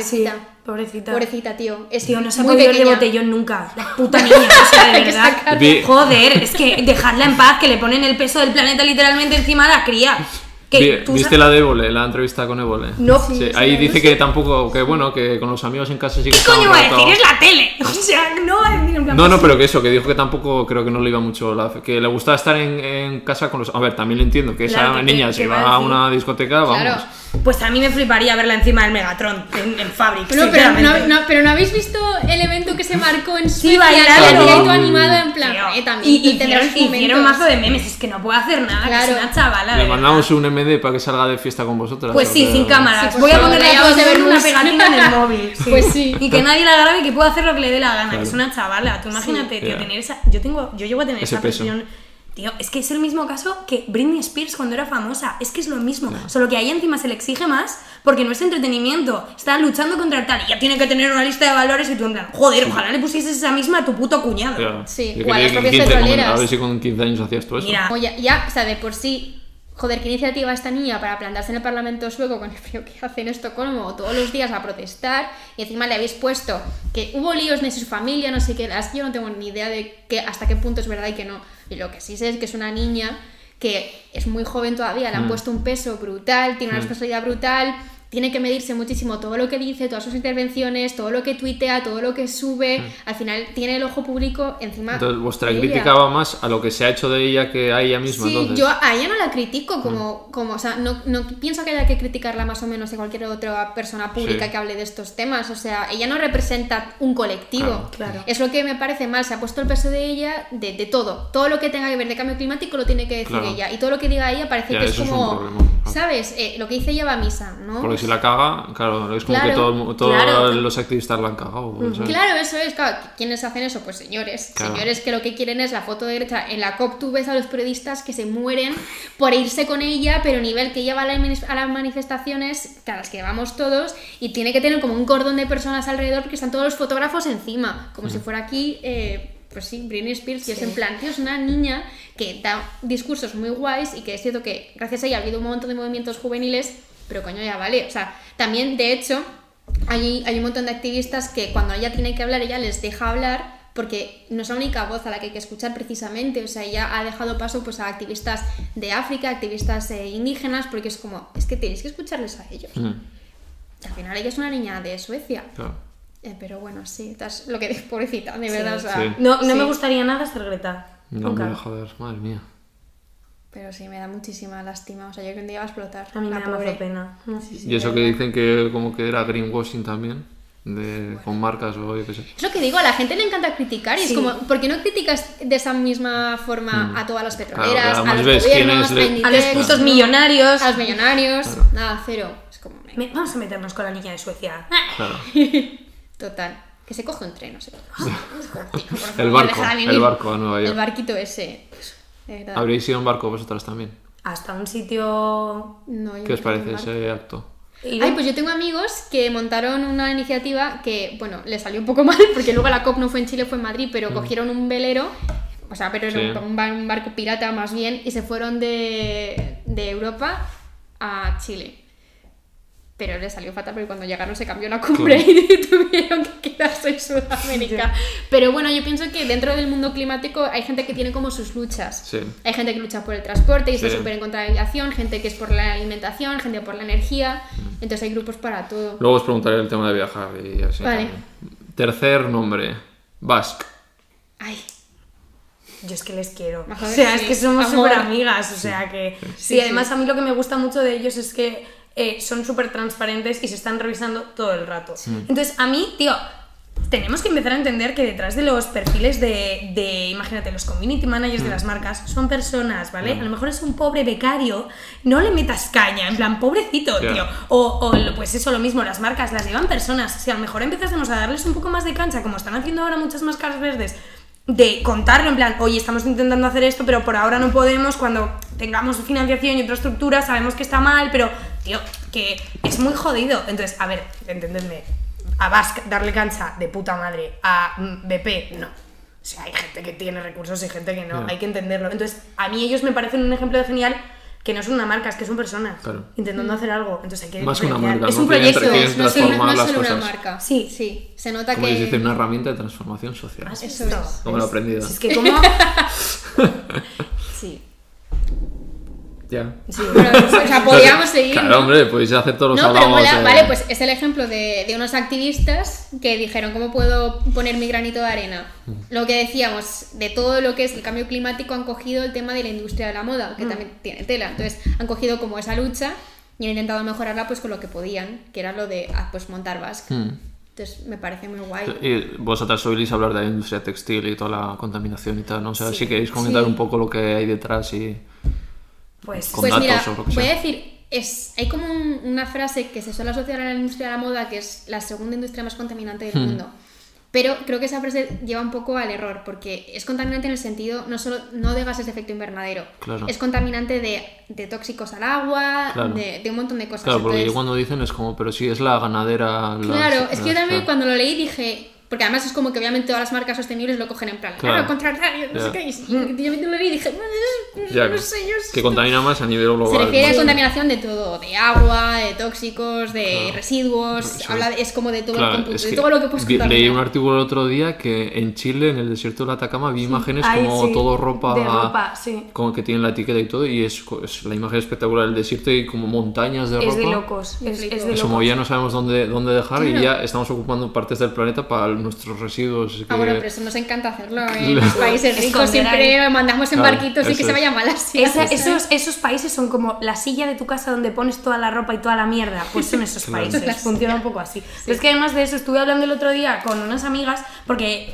Pobrecita, tío. Es tío, no se ha muy podido ir de pequeña. botellón nunca. La puta niña, o sea, de verdad. Joder, es que dejarla en paz, que le ponen el peso del planeta literalmente encima de la cría. ¿Viste la de Évole, la entrevista con Évole? No. Sí, ahí dice que tampoco, que bueno, que con los amigos en casa sí que... ¿Qué coño va a decir? Es la tele. O sea, no va a decir en plan... No, pero que eso, que dijo que tampoco, creo que no le iba mucho, que le gustaba estar en casa con los... A ver, también lo entiendo, que claro, esa niña se va a una discoteca, vamos... Claro. Pues a mí me fliparía verla encima del Megatron, en Fabric. Pero no habéis visto el evento que se marcó en Suecia, bailando. Y todo animada en plan... Y hicieron mazo de memes, es que no puedo hacer nada, claro. Que es una chavala. Le mandamos un MD para que salga de fiesta con vosotras. Pues sí, sin cámaras. Sí, voy a ponerle a todos de ver una pegatina en el móvil. Sí. Pues sí. Y que nadie la grabe y que pueda hacer lo que le dé la gana. Claro. Es una chavala. Tú imagínate, tío, tener esa... Yo llego a tener ese esa peso. presión. Tío, es que es el mismo caso que Britney Spears cuando era famosa. Es que es lo mismo. Solo que a ella encima se le exige más porque no es entretenimiento. Está luchando contra el tal y ya tiene que tener una lista de valores y tú en plan, joder, ojalá le pusieses esa misma a tu puto cuñado. Claro. Sí, Yo o a las quería propias petroleras. A ver si con 15 años hacías tú eso. Mira, O ya, o sea, de por sí... Joder, qué iniciativa esta niña para plantarse en el Parlamento sueco con el frío que hace en Estocolmo todos los días a protestar, y encima le habéis puesto que hubo líos de su familia, no sé qué, yo no tengo ni idea de hasta qué punto es verdad y que no. Y lo que sí sé es que es una niña que es muy joven todavía, le han puesto un peso brutal, tiene una responsabilidad brutal, tiene que medirse muchísimo todo lo que dice, todas sus intervenciones, todo lo que tuitea, todo lo que sube. Al final tiene el ojo público encima. Entonces, vuestra de crítica ella. va más a lo que se ha hecho de ella que a ella misma. Sí, entonces. yo a ella no la critico como o sea, no pienso que haya que criticarla más o menos de cualquier otra persona pública que hable de estos temas. O sea, ella no representa un colectivo. Claro. Es lo que me parece mal. Se ha puesto el peso de ella de todo. Todo lo que tenga que ver de cambio climático lo tiene que decir ella. Y todo lo que diga ella parece que es eso como... es un problema. ¿Sabes? Lo que dice ella va a misa, ¿no? Porque si la caga, claro, es como Claro, que todos claro. los activistas la han cagado. ¿sabes? Claro, eso es, claro. ¿Quiénes hacen eso? Pues señores. Claro. Señores que lo que quieren es la foto de derecha. En la COP tú ves a los periodistas que se mueren por irse con ella, pero a nivel que ella va a las manifestaciones, a las que vamos todos, y tiene que tener como un cordón de personas alrededor porque están todos los fotógrafos encima. Como si fuera aquí... pues sí, Britney Spears, y es en plan, tío, es una niña que da discursos muy guays y que es cierto que gracias a ella ha habido un montón de movimientos juveniles, pero coño, ya vale. O sea, también, de hecho, hay un montón de activistas que cuando ella tiene que hablar, ella les deja hablar porque no es la única voz a la que hay que escuchar precisamente. O sea, ella ha dejado paso pues a activistas de África, activistas indígenas, porque es como, es que tenéis que escucharles a ellos. Al final ella es una niña de Suecia. Claro. Pero bueno, sí, estás lo que pobrecita, de verdad, o sea, Sí. No sí. me gustaría nada ser Greta. No, Nunca. hombre, joder, madre mía. Pero sí, me da muchísima lástima, o sea, yo creo que un día va a explotar. A mí me la da pobre. mazo pena. Y eso que dicen que como que era greenwashing también, con marcas o yo qué sé. Es lo que digo, a la gente le encanta criticar y Sí. es como, ¿por qué no criticas de esa misma forma a todas las petroleras, Claro, a además los ves gobiernos, quiénes le- a A los Inditex, putos millonarios. a los millonarios? Nada, cero. Es como, Vamos a meternos con la niña de Suecia. Claro. total. Que se coge un tren, no sé. Es como, tío, por favor, El barco, déjala el vivir. barco a Nueva York. El barquito ese. De verdad. ¿Habréis ido en barco vosotras también? Hasta un sitio... No, yo ¿Qué os no parece tengo ese acto? Ay, pues yo tengo amigos que montaron una iniciativa que, bueno, les salió un poco mal porque luego la COP no fue en Chile, fue en Madrid, pero cogieron un velero, o sea, pero era Sí. un barco pirata más bien, y se fueron de Europa a Chile. Pero les salió fatal porque cuando llegaron se cambió la cumbre y tuvieron que quedarse en Sudamérica. Pero bueno, yo pienso que dentro del mundo climático hay gente que tiene como sus luchas. Sí. Hay gente que lucha por el transporte y está Sí. súper en contra de la aviación, gente que es por la alimentación, gente por la energía. Entonces hay grupos para todo. Luego os preguntaré el tema de viajar y así. Vale. también. Tercer nombre, Basque. Ay, Yo es que les quiero. Ajá, O sea, sí. es que somos Amor. súper amigas. O sea que... Sí, además a mí lo que me gusta mucho de ellos es que son súper transparentes y se están revisando todo el rato. Entonces, a mí, tío, tenemos que empezar a entender que detrás de los perfiles imagínate, los community managers de las marcas son personas, ¿vale? A lo mejor es un pobre becario, no le metas caña, en plan, pobrecito, Ya. tío. O pues eso, lo mismo, las marcas las llevan personas. Si a lo mejor empezásemos a darles un poco más de cancha, como están haciendo ahora muchas máscaras verdes, de contarlo en plan, oye, estamos intentando hacer esto, pero por ahora no podemos, cuando tengamos financiación y otra estructura, sabemos que está mal, pero, tío, que es muy jodido. Entonces, a ver, entendedme, a Basque darle cancha de puta madre, a BP, no. O sea, hay gente que tiene recursos y gente que no, Ya. hay que entenderlo. Entonces, a mí ellos me parecen un ejemplo de genial, que no son una marca, es que son personas Claro. intentando hacer algo. Entonces hay que Más que una diferenciar. marca, Es ¿no? un Quieren proyecto. quieren no es solo, transformar no es las solo una cosas. marca. Sí. Sí, se nota Como que... se dice, una herramienta de transformación social. ¿Has Eso visto? es. Como lo he aprendido. Si es que como... Sí. Ya. Sí. Pero, o sea, podríamos seguir, Claro, ¿no? hombre, podéis hacer todos los No, pero hablamos. mola, vale, pues es el ejemplo de unos activistas que dijeron, ¿cómo puedo poner mi granito de arena? Lo que decíamos, de todo lo que es el cambio climático han cogido el tema de la industria de la moda, que también tiene tela. Entonces han cogido como esa lucha y han intentado mejorarla pues con lo que podían, que era lo de pues montar Basque. Entonces me parece muy guay. Y vosotras sois hablar de la industria textil y toda la contaminación y tal, ¿no? O sea, Sí. si queréis comentar Sí. un poco lo que hay detrás y... Pues... Con Pues datos mira, o lo que voy sea. a decir, hay como una frase que se suele asociar a la industria de la moda, que es la segunda industria más contaminante del mundo. Pero creo que esa frase lleva un poco al error, porque es contaminante en el sentido no de gases de efecto invernadero, Claro. es contaminante de tóxicos al agua, Claro. de un montón de cosas. Claro, porque Entonces, cuando dicen es como, pero si es la ganadera... claro, es que yo también claro. cuando lo leí dije... Porque además es como que obviamente todas las marcas sostenibles lo cogen en plan, Claro. al contrario, no Ya. sé qué. Y yo lo leí y dije, Ya, no sé, yo que contamina más a nivel global. se refiere ¿no? a contaminación de todo, de agua, de tóxicos, de Claro. residuos, Eso es como de todo, Claro, es de que todo lo que puedes contaminar. leí un artículo el otro día que en Chile, en el desierto de Atacama, vi imágenes Ay, como sí, todo ropa, de ropa, sí. como que tienen la etiqueta y todo, y es la imagen espectacular del desierto y como montañas de ropa. Es de locos. Me Es flipo. de Eso, locos. como ya no sabemos dónde dejar y Claro. ya estamos ocupando partes del planeta para nuestros residuos. que- Ah, bueno, pero eso nos encanta hacerlo en los países ricos, Esconder siempre ahí. mandamos en Claro, barquitos y que eso se es. vaya mal así. Esos países son como la silla de tu casa donde pones toda la ropa y toda la mierda. Pues son esos Claro. países. Funciona un poco así. Pero es que además de eso estuve hablando el otro día con unas amigas porque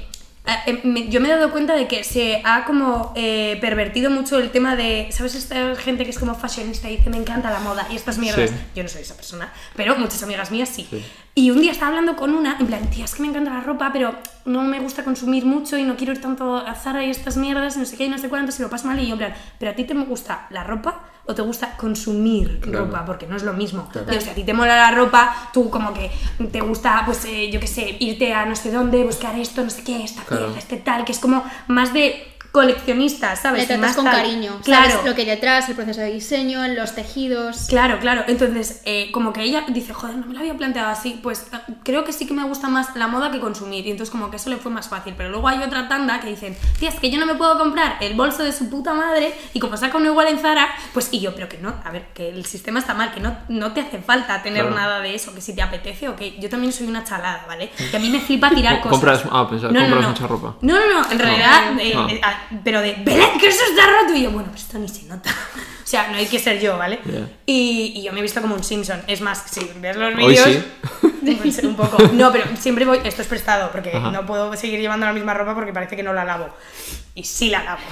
yo me he dado cuenta de que se ha como pervertido mucho el tema de, ¿sabes? Esta gente que es como fashionista y dice me encanta la moda y estas mierdas. Sí. Yo no soy esa persona, pero muchas amigas mías sí. Sí. Y un día estaba hablando con una, en plan, tía, es que me encanta la ropa, pero no me gusta consumir mucho y no quiero ir tanto a Zara y estas mierdas, y no sé qué, y no sé cuántas, y lo paso mal. Y yo, en plan, ¿pero a ti te gusta la ropa o te gusta consumir Claro. ropa? Porque no es lo mismo. Claro. Digo, si a ti te mola la ropa, tú como que te gusta, pues yo qué sé, irte a no sé dónde, buscar esto, no sé qué, esta Claro. pieza, este tal, que es como más de coleccionistas, ¿sabes? Le Y tratas más con tal. cariño, Claro. sabes lo que hay detrás, el proceso de diseño, los tejidos. Claro, claro. Entonces, como que ella dice, joder, no me lo había planteado así, pues creo que sí que me gusta más la moda que consumir. Y entonces como que eso le fue más fácil. Pero luego hay otra tanda que dicen, tía, es que yo no me puedo comprar el bolso de su puta madre y como saca uno igual en Zara, pues y yo, pero que no, a ver, que el sistema está mal, que no te hace falta tener Claro. nada de eso, que si te apetece o que yo también soy una chalada, ¿vale? Que a mí me flipa tirar cosas. Compras mucha ropa. No, en realidad, Ah. pero de Belén, que eso está roto. Y yo, bueno, pues esto ni se nota. O sea, no hay que ser yo, ¿vale? Yeah. Y yo me he visto como un Simpson. Es más, si ves los Hoy vídeos. sí. Pues, un poco. No, pero siempre voy. Esto es prestado, porque Ajá. no puedo seguir llevando la misma ropa porque parece que no la lavo. Y sí la lavo.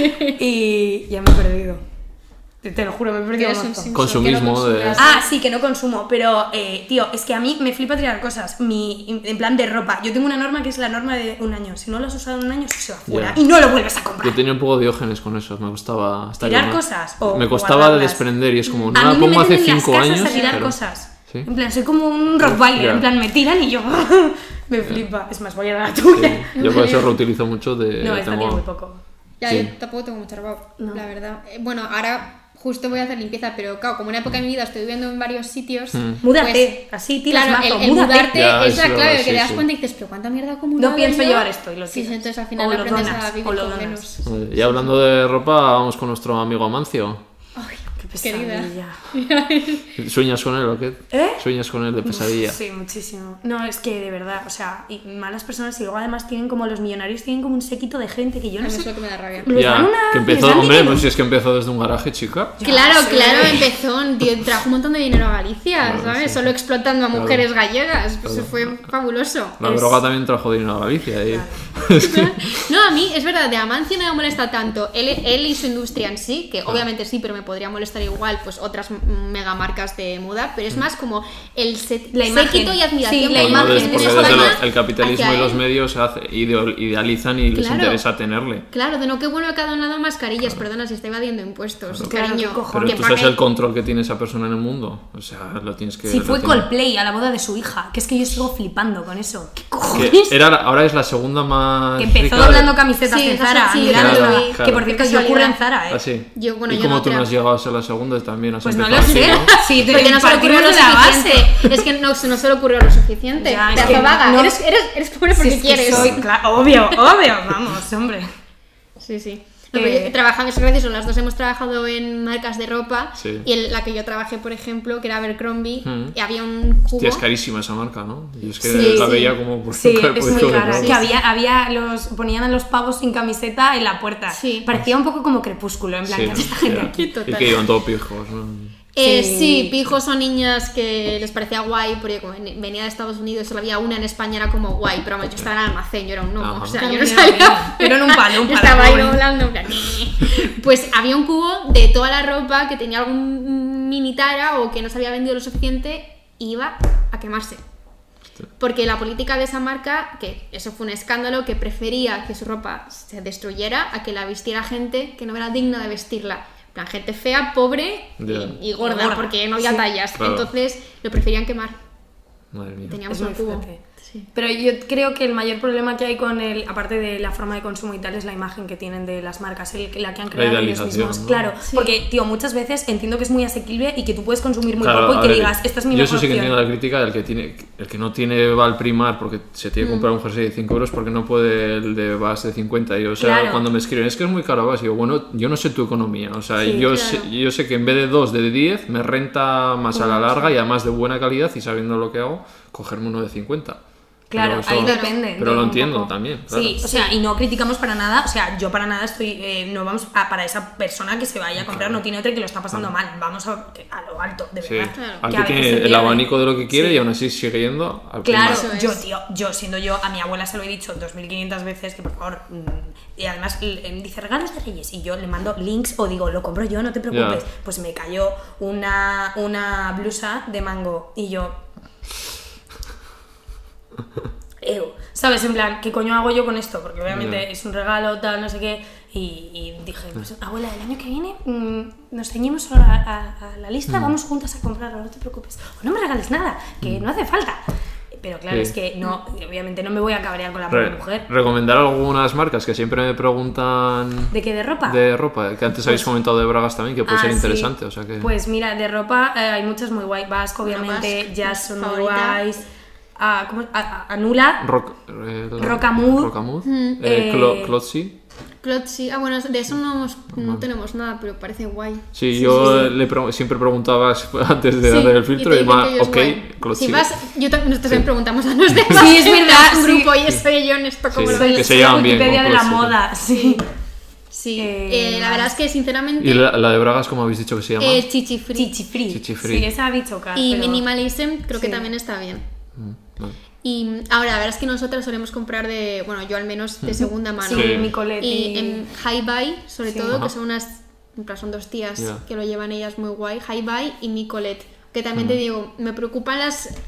Y ya me he perdido. Te lo juro, me he perdido. Eres un montón. Simpson, Consumismo que no de- consumas. Ah, sí, que no consumo, pero tío, es que a mí me flipa tirar cosas, en plan de ropa. Yo tengo una norma que es la norma de un año. Si no lo has usado en un año, eso se va fuera Ya. y no lo vuelves a comprar. Yo tenía un poco de diógenes con eso, me gustaba hasta ¿Tirar que no- cosas o me costaba de guardarlas? desprender y es como, no A la mí me pongo hace meten en las 5 casas años. a tirar pero- cosas. ¿Sí? En plan, soy como un rottweiler, Ya. en plan, me tiran y yo me flipa. Es más, voy a ir a la tuya. Sí, yo por eso reutilizo mucho de... No, esta tengo- tiene muy poco. Ya, Sí. yo tampoco tengo mucha ropa, No. la verdad. Bueno, ahora justo voy a hacer limpieza, pero claro, como una época de mi vida estoy viviendo en varios sitios. Múdate, así tiras Claro, mazo, el múdate. mudarte Ya, es es la clave, verdad, que sí, te das sí. cuenta y dices, pero ¿cuánta mierda acumulada No pienso yo? llevar esto y lo Sí, tiras. entonces al O final lo aprendes donas, a o vivir lo con donas. menos. Y hablando de ropa, vamos con nuestro amigo Amancio. Ay, Qué querida. pesadilla. ¿Sueñas con él o qué? ¿Eh? ¿Sueñas con él de pesadilla? Sí, muchísimo. No, es que de verdad, o sea, y malas personas y luego además tienen como los millonarios, tienen como un séquito de gente que yo A no mí es sé. lo que me da rabia. Les Ya, dan una- que les empezó, dan hombre, dinero. pues si es que empezó desde un garaje, chica. Claro, sé. claro, empezó, tío, trajo un montón de dinero a Galicia, Claro, ¿sabes? sí. Solo explotando a mujeres gallegas. Claro. Eso fue fabuloso. La Es- droga también trajo dinero a Galicia. Y... No, a mí es verdad, de Amancio no me molesta tanto él y su industria en sí, que obviamente sí, pero me podría molestar igual pues otras megamarcas de moda, pero es más como el La imagen. séquito y admiración Sí, la que imagen. tiene Porque Eso desde además el capitalismo hacia y los él. medios idealizan y les Claro. interesa tenerle. Claro, de no, qué bueno que ha donado mascarillas, perdona, si está evadiendo impuestos, Claro, cariño. qué cojones. Pero que tú sabes pague- el control que tiene esa persona en el mundo. O sea, lo tienes que... Si lo fue tienes- Coldplay a la boda de su hija, que es que yo sigo flipando con eso. ¿Qué Que cojones? ahora es la segunda más... Que empezó rica de- doblando camisetas Sí, en eso Zara, sí, mirando. claro, Que claro. por cierto, Qué yo ocurre en casualidad. Zara, ¿eh? Ah, sí. Yo, bueno, ¿Y yo cómo no tú no creo. has llegado a ser la segunda? También has Pues no empezado lo sé. así, ¿no? Sí, Porque no se le ocurrió lo de la base. suficiente. Es que no se le ocurrió lo suficiente. Ya, es Pedazo que vaga. no- Eres pobre Si porque es que quieres. soy- claro, obvio, vamos, hombre. Sí, sí. No, pero trabajamos, es gracioso, las dos hemos trabajado en marcas de ropa Sí. y en la que yo trabajé, por ejemplo, que era Abercrombie, Mm. y había un cubo. Hostia, es carísima esa marca, ¿no? Y es que Sí, la sí. veía como... Por Sí, nunca he es podido muy cara. comprarla. Que había ponían a los pavos sin camiseta en la puerta. Sí. Parecía un poco como Crepúsculo, en plan, Sí, ¿qué hace esta gente ya. aquí? Y Total. que iban todos pijos, ¿no? Sí. Sí, pijos o niñas que les parecía guay, porque como venía de Estados Unidos, solo había una en España, era como guay, pero vamos, yo estaba en el almacén, yo era un gnomo, Ajá. o sea, Claro, yo no mira, sabía. mira. Pero en un palo, Yo estaba ahí pobre. doblando, en plan, pues había un cubo de toda la ropa que tenía algún mini tara o que no se había vendido lo suficiente y iba a quemarse. Porque la política de esa marca, que eso fue un escándalo, que prefería que su ropa se destruyera a que la vistiera gente que no era digna de vestirla. En plan, gente fea, pobre Ya. y gorda, Gorda, porque no había sí. tallas. Claro. Entonces lo preferían quemar. Madre mía. Teníamos Es muy un cubo. fuerte. Sí. Pero yo creo que el mayor problema que hay con aparte de la forma de consumo y tal, es la imagen que tienen de las marcas, la que han creado ellos idealización, mismos. ¿no? Claro, Sí. porque, tío, muchas veces entiendo que es muy asequible y que tú puedes consumir muy Claro, poco y a que ver, digas, esta es mi yo mejor eso sí que opción. entiendo la crítica el que no tiene va al primar porque se tiene que comprar un jersey de 5 euros porque no puede el de Vas de 50. Y, o sea, Claro. cuando me escriben, es que es muy caro Vas, digo, bueno, yo no sé tu economía. O sea, Sí, yo, claro. yo sé que en vez de 2 de 10 me renta más a la larga y además de buena calidad y sabiendo lo que hago, cogerme uno de 50. Claro, Pero eso- ahí depende. Pero lo un entiendo poco. también, claro. Sí, o sea, y no criticamos para nada, o sea, yo para nada estoy, no vamos para esa persona que se vaya a comprar, no tiene otra y que lo está pasando mal, vamos a lo alto, de Sí, verdad. Claro. al Que que a veces tiene se el pierde. abanico de lo que quiere Sí. y aún así sigue yendo al Claro, primar. Eso es. yo siendo yo, a mi abuela se lo he dicho 2500 veces que por favor, y además dice regalos de Reyes y yo le mando links o digo, lo compro yo, no te preocupes. Ya. Pues me cayó una blusa de mango y yo... ¿Sabes? En plan, ¿qué coño hago yo con esto? Porque obviamente Ya. es un regalo, tal, no sé qué. Y dije, pues abuela, el año que viene nos ceñimos a la lista, vamos juntas a comprarlo, no te preocupes. O no me regales nada, que no hace falta. Pero claro, Sí. es que no, obviamente no me voy a cabrear con la pobre mujer. Recomendar algunas marcas que siempre me preguntan ¿De qué? ¿De ropa? de ropa, que antes habéis comentado de bragas también, que puede ser sí. interesante, o sea que... Pues mira, de ropa hay muchas muy guay. Vasco, obviamente, Basque, Jazz son muy favorita. guays. Anula, Rocamud. Rocamud. Eh, Clotzy. Clotzy, bueno, de eso no tenemos nada, pero parece guay. Sí, yo siempre preguntaba antes de darle el filtro y dicen más, que ellos ok, guay. Clotzy. Si vas, nosotros también preguntamos a los demás. Sí, es verdad, Un sí. grupo y eso y yo en esto como Sí, lo que veis. se llevan bien Wikipedia con de la Clotzy. moda, sí. Sí, Eh, la verdad es que sinceramente ¿Y la de bragas cómo habéis dicho que se llama? Chichi Free Chichi-free. Chichi-free. Sí, esa ha dicho Car, y pero- Minimalism creo que Sí. también está bien. Vale. Y ahora, la verdad es que nosotros solemos comprar yo al menos de segunda mano. Sí, Sí. mi Colette Y en High Buy, sobre Sí. todo, Ajá. que son en plan, son 2 tías Ya. que lo llevan ellas muy guay, High Buy y Micolette. Que también te digo, me preocupan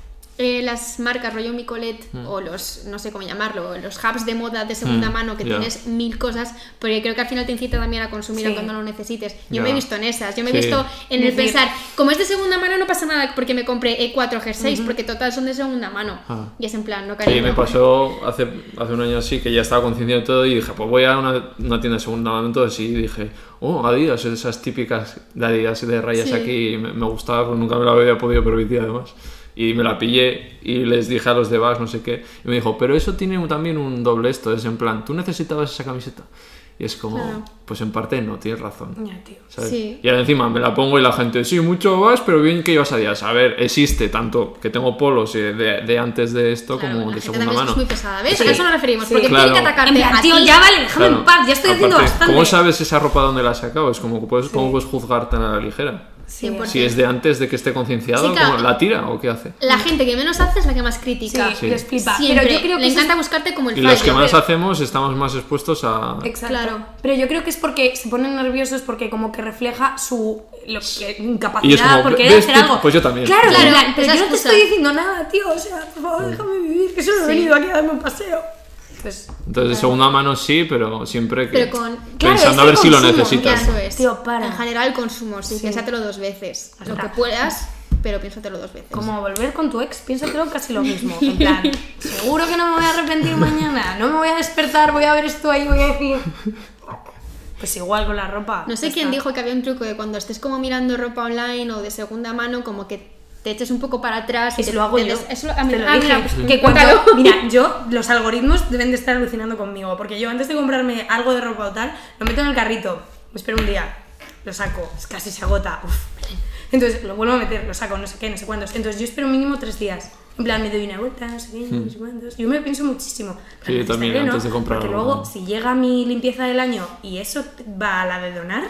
las marcas rollo Micolette o los, no sé cómo llamarlo, los hubs de moda de segunda mano que Ya. tienes 1000 cosas, porque creo que al final te incita también a consumir Sí. aunque no lo necesites. Yo Ya. me he visto en esas, yo me he Sí. visto en el Decir- pensar, como es de segunda mano no pasa nada porque me compré E4 G6, porque total son de segunda mano. Ah. Y es en plan, no Sí, cariño. me pasó hace un año así que ya estaba concienciado de todo y dije, pues voy a una tienda de segunda mano, entonces sí, dije, Adidas, esas típicas de Adidas de rayas Sí. aquí, me gustaba, pues nunca me la había podido permitir además. Y me la pillé y les dije a los de Bass, no sé qué, y me dijo, pero eso tiene también un doble esto, es en plan, ¿tú necesitabas esa camiseta? Y es como, Claro. pues en parte no, tienes razón. Ya, tío. ¿Sabes? Sí. Y ahora encima me la pongo y la gente, sí, mucho vas, pero bien que ibas a Adidas. A ver, existe tanto que tengo polos de antes de esto Claro, como la de gente segunda también mano. es muy pesada, ¿ves? Sí. A eso nos referimos, Sí. porque Claro. tienen que atacarte En plan, a tío, ti. ya vale, déjame Claro. en paz, ya estoy haciendo Aparte, bastante. ¿cómo sabes esa ropa dónde la has sacado? Es como, ¿cómo puedes juzgar tan a la ligera? 100%. Si es de antes de que esté concienciado, Sí, claro. ¿cómo, ¿la tira o qué hace? La gente que menos hace es la que más Sí, critica. Sí. les flipa. Siempre. Pero yo creo que Le eso encanta es- buscarte como el Y fallo. los que más pero- hacemos estamos más expuestos a... Exacto. Claro. Pero yo creo que es porque se ponen nerviosos porque como que refleja su incapacidad Y es como, por querer ¿ves hacer tú? algo. Pues yo también. Claro, Sí. en plan, pero esa yo no te excusa. estoy diciendo nada, tío. O sea, por favor, déjame vivir, que solo he Sí. venido aquí a darme un paseo. Pues, Entonces, de segunda mano sí, pero siempre que... Pero con- Claro, pensando es a el ver si lo consumo, necesitas. Eso es. Tío, para. En general, consumo, sí, Sí. piénsatelo 2 veces. Lo Ostras. que puedas, pero piénsatelo 2 veces. como volver con tu ex, piénsatelo casi lo mismo. En plan, seguro que no me voy a arrepentir mañana. No me voy a despertar, voy a ver esto ahí, voy a decir... Pues igual con la ropa. No sé ya quién está. dijo que había un truco de cuando estés como mirando ropa online o de segunda mano, como que te eches un poco para atrás. Y Eso te- lo hago te yo. des- Eso, a mí, Te lo ah, dije. mira, pues, Que cuando, cuéntalo. mira, los algoritmos deben de estar alucinando conmigo, porque yo antes de comprarme algo de ropa o tal, lo meto en el carrito, me espero un día, lo saco, casi se agota, uf. Entonces lo vuelvo a meter, lo saco, no sé qué, no sé cuántos. Entonces yo espero mínimo 3 días. En plan, me doy una vuelta, no sé qué, no sé cuántos. Yo me lo pienso muchísimo. Sí, yo también, antes de comprar Porque algo, luego, ¿no? si llega mi limpieza del año y eso va a la de donar,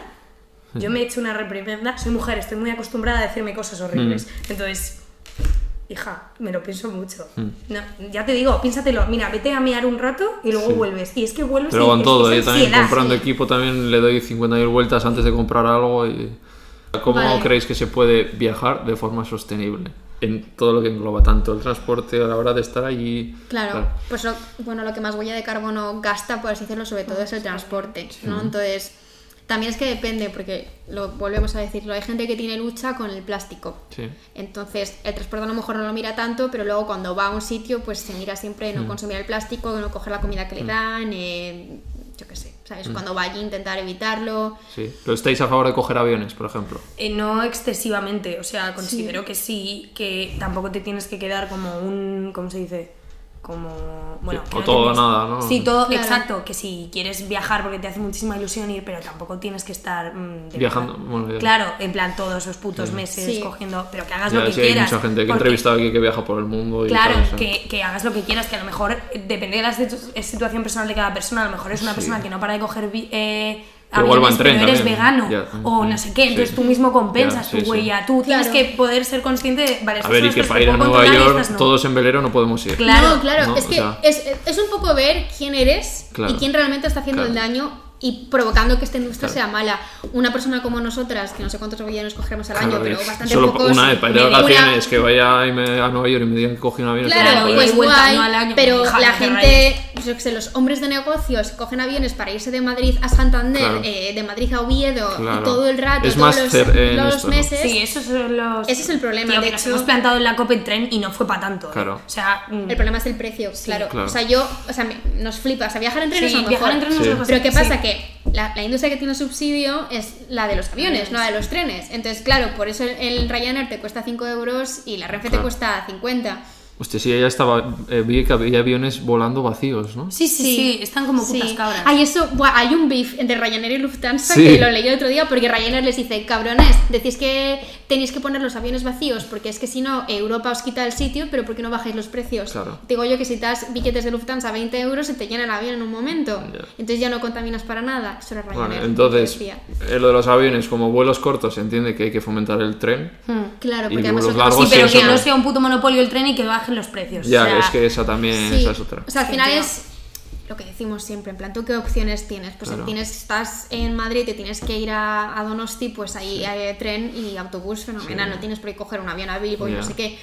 yo me echo una reprimenda. Soy mujer, estoy muy acostumbrada a decirme cosas horribles. Entonces, hija, me lo pienso mucho. No, ya te digo, piénsatelo. Mira, vete a mear un rato y luego vuelves. Y es que vuelves Pero y con es todo, yo esa también ansiedad. comprando equipo también le doy 50.000 vueltas antes de comprar algo y... ¿Cómo Vale. creéis que se puede viajar de forma sostenible? En todo lo que engloba tanto el transporte a la hora de estar allí... Claro, pues lo que más huella de carbono gasta, por así decirlo, sobre todo es el transporte, ¿no? Entonces, también es que depende, porque lo volvemos a decirlo, hay gente que tiene lucha con el plástico. Sí. Entonces, el transporte a lo mejor no lo mira tanto, pero luego cuando va a un sitio, pues se mira siempre no consumir el plástico, no coger la comida que le dan, yo qué sé, ¿sabes? Cuando va allí intentar evitarlo. Sí. ¿Pero estáis a favor de coger aviones, por ejemplo? No excesivamente, o sea, considero que sí, que tampoco te tienes que quedar como un, ¿cómo se dice? Como, bueno, Sí, que o no todo o tienes- nada, ¿no? Sí, todo, Claro. exacto, que si quieres viajar porque te hace muchísima ilusión ir, pero tampoco tienes que estar de Viajando, verdad. bueno, ya. Claro, en plan todos esos putos meses Sí. cogiendo, pero que hagas Ya, lo que sí, hay quieras. mucha gente que he porque- entrevistado aquí que viaja por el mundo y Claro, tal, o sea. que hagas lo que quieras, que a lo mejor depende de la situación personal de cada persona, a lo mejor es una persona que no para de coger Pero igual va en aviones, tren pero eres también. vegano Ya. o no sé qué, Sí. entonces tú mismo compensas Ya, tu sí, sí. huella, tú tienes Claro. que poder ser consciente de, vale, A estas ver, son y las que cosas para ir a puedo Nueva controlar y York estas no. todos en velero no podemos ir. Claro. No, claro, ¿no? es O que sea- es un poco ver quién eres Claro. y quién realmente está haciendo Claro. el daño y provocando que esta industria sea mala. Una persona como nosotras, que no sé cuántos aviones cogeremos al año, pero bastante solo pocos. Una vez para ir de vacaciones, que vaya a Nueva York y me digan que cogí un avión. Claro, pues vuelta, guay, no al año, pero hija, la qué gente, pues yo que sé, los hombres de negocios cogen aviones para irse de Madrid a Santander, Claro. De Madrid a Oviedo, Claro. y todo el rato, Es todos más los en esto, ¿no? meses. Sí, esos son los... Ese es el problema, Tío, de que nos hecho- hemos plantado en la COP en tren y no fue para tanto. Claro. O sea... El problema es el precio, claro. claro. O sea, nos flipa. O sea, viajar en tren es sí, lo mejor. viajar en tren no Sí. se lo Pero ¿qué sí. pasa? Que la industria que tiene subsidio es la de los aviones, no la de los trenes. Entonces, claro, por eso el Ryanair te cuesta 5 euros y la Renfe te Claro. cuesta 50. Hostia, sí, ella estaba. Vi que había aviones volando vacíos, ¿no? Sí, sí, sí, están como putas Sí. cabras. Hay eso, hay un beef entre Ryanair y Lufthansa Sí. que lo leí el otro día porque Ryanair les dice, cabrones, decís que tenéis que poner los aviones vacíos porque es que si no Europa os quita el sitio, pero ¿por qué no bajáis los precios? Claro. Digo yo que si te das billetes de Lufthansa a 20 euros se te llena el avión en un momento. Ya. Entonces ya no contaminas para nada. Eso era Ryanair. Vale, entonces, decía. lo de los aviones, como vuelos cortos, se entiende que hay que fomentar el tren. Claro, y porque además los son largos Sí, pero sí, que eso no no. sea un puto monopolio el tren y que bajen los precios. Ya, o sea, es que esa también Sí. esa es otra. O sea, al Sí, final tío. es lo que decimos siempre, en plan, ¿tú qué opciones tienes? Pues Claro. estás en Madrid y tienes que ir a Donosti, pues ahí hay tren y autobús fenomenal, Sí. no tienes por qué coger un avión a Bilbo y Ya. no sé qué.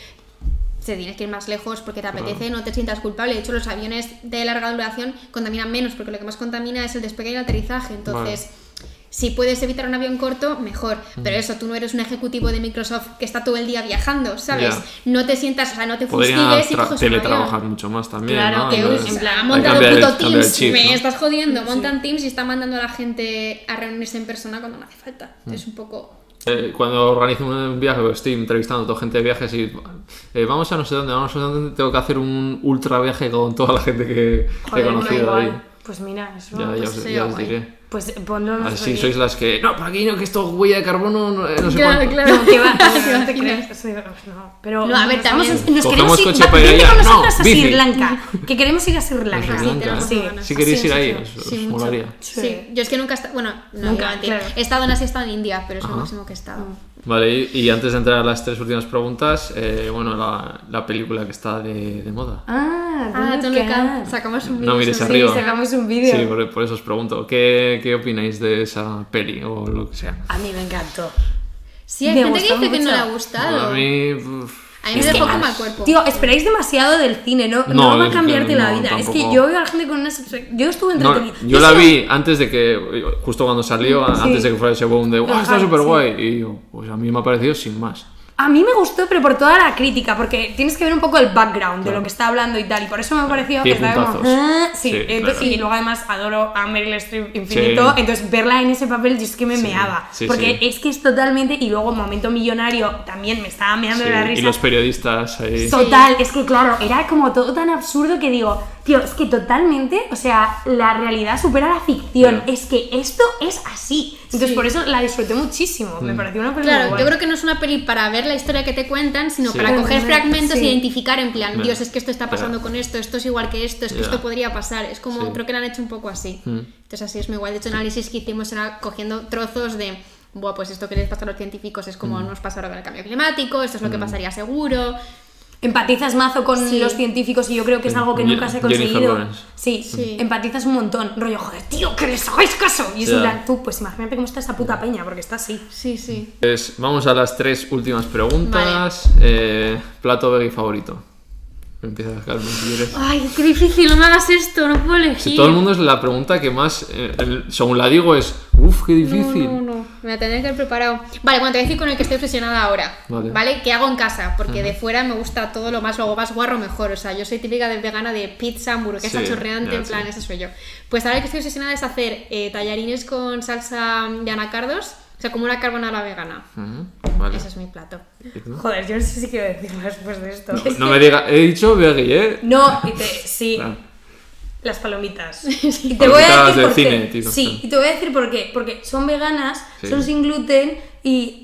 Se tienes que ir más lejos porque te apetece, no te sientas culpable. De hecho, los aviones de larga duración contaminan menos porque lo que más contamina es el despegue y el aterrizaje. Entonces, si puedes evitar un avión corto, mejor. Pero eso, tú no eres un ejecutivo de Microsoft que está todo el día viajando, ¿sabes? Ya. No te sientas, o sea, no te Podría fustigues y coges un teletrabajar avión. mucho más también, Claro, ¿no? que Entonces, en plan, Ha hay que montado cambiar puto cambiar el Teams, chip, me ¿no? estás jodiendo. Montan Teams y están mandando a la gente a reunirse en persona cuando no hace falta. Mm. Es un poco... Cuando organizo un viaje, pues estoy entrevistando a toda gente de viajes y vamos a no sé dónde, tengo que hacer un ultra viaje con toda la gente que he joder, conocido igual. ahí. Pues mira, eso... Ya, pues os, sería ya os guay. diré. Pues ponlo en los Así sois las que. No, por aquí no, que esto huella de carbono, no sé Claro, cuánto. claro. No, que va, ¿Te no te imaginas? crees. Sí, no, pero No, a ver, nos vamos también- nos Cogemos queremos ir, coche para ir vente allá. con No, nosotras a bici. Sri Lanka, que queremos ir a Sri Lanka. Sri Lanka. tenemos Sí, ganas. Si queréis sí, ir sí, ahí, sí. os Sí, mucho. molaría. Sí. Yo es que nunca he estado... Bueno, no, Nunca, iba a mentir. claro. He estado en Asia, he estado en India, pero es lo Ajá. máximo que he estado. Vale, y antes de entrar a las tres últimas preguntas, bueno, la película que está de moda. Ah, Don't Look Up. Sacamos un vídeo. No mires sobre- arriba. Sí, sacamos un vídeo. Sí, por eso os pregunto, ¿qué opináis de esa peli o lo que sea? A mí me encantó. Sí, hay Me gente que gustó dice que no le ha mucho. gustado. A mí. uf, A mí me dejó como al cuerpo. Tío, esperáis demasiado del cine, ¿no? No, No va a es cambiarte que la no, vida. Es que tampoco. yo veo a la gente con unas... Yo estuve no, entretenida. yo la sí- vi antes de que. Justo cuando salió, antes de que fuera ese boom de. ¡Wow! Está Ajá, súper sí. guay. Y yo, pues a mí me ha parecido sin más. A mí me gustó, pero por toda la crítica, porque tienes que ver un poco el background de lo que está hablando y tal, y por eso me pareció que Tiene estaba como... puntazos. Sí, Sí, entonces, claro. y luego además adoro a Meryl Streep infinito, Sí. entonces verla en ese papel yo es que me meaba, sí, porque sí. es que es totalmente... Y luego Momento Millonario también me estaba meando Sí, de la risa. y los periodistas ahí. Total, es que claro, era como todo tan absurdo que digo, tío, es que totalmente, o sea, la realidad supera la ficción, Ya. es que esto es así. Entonces Sí. por eso la disfruté muchísimo, me pareció una película Claro, muy yo guay. creo que no es una peli para ver la historia que te cuentan, sino Sí. para coger Sí. fragmentos Sí. e identificar en plan, Ya. Dios, es que esto está pasando Ya. con esto es igual que esto, es que Ya. esto podría pasar. Es como, Sí. creo que lo han hecho un poco así. Entonces así es muy guay. De hecho, el análisis que hicimos era cogiendo trozos de, buah, pues esto que les pasa a los científicos es como nos pasa ahora con el cambio climático, esto es lo que pasaría seguro. Empatizas mazo con Sí. los científicos y yo creo que es algo que nunca se ha Jennifer conseguido. Lawrence. Sí, Sí. empatizas un montón. Rollo, joder, tío, que les hagáis caso. Y es Ya. en plan, tú, pues imagínate cómo está esa puta peña, porque está así. Sí, sí. Pues vamos a las tres últimas preguntas. Plato veggie favorito. Empieza a Carmen si quieres. Ay, qué difícil, no me hagas esto, no puedo elegir. Si todo el mundo es la pregunta que más, según la digo, es uff, qué difícil. No, me la tendré que haber preparado. Vale, bueno, te voy a decir con el que estoy obsesionada ahora, Vale. ¿vale? Que hago en casa, porque de fuera me gusta todo lo más guarro mejor. O sea, yo soy típica de vegana de pizza, hamburguesa Sí, chorreante, ya, en plan, sí. eso soy yo. Pues ahora el que estoy obsesionada es hacer tallarines con salsa de anacardos, o sea, como una carbonara vegana. Vale. Ese es mi plato. Joder, yo no sé si quiero decir después de esto. No me diga, he dicho veggie, ¿eh? No, sí. Ah. Las palomitas. Y te voy a Palomitas decir de por qué. cine, tío, Sí, sí. y te voy a decir por qué. Porque son veganas, Sí. son sin gluten y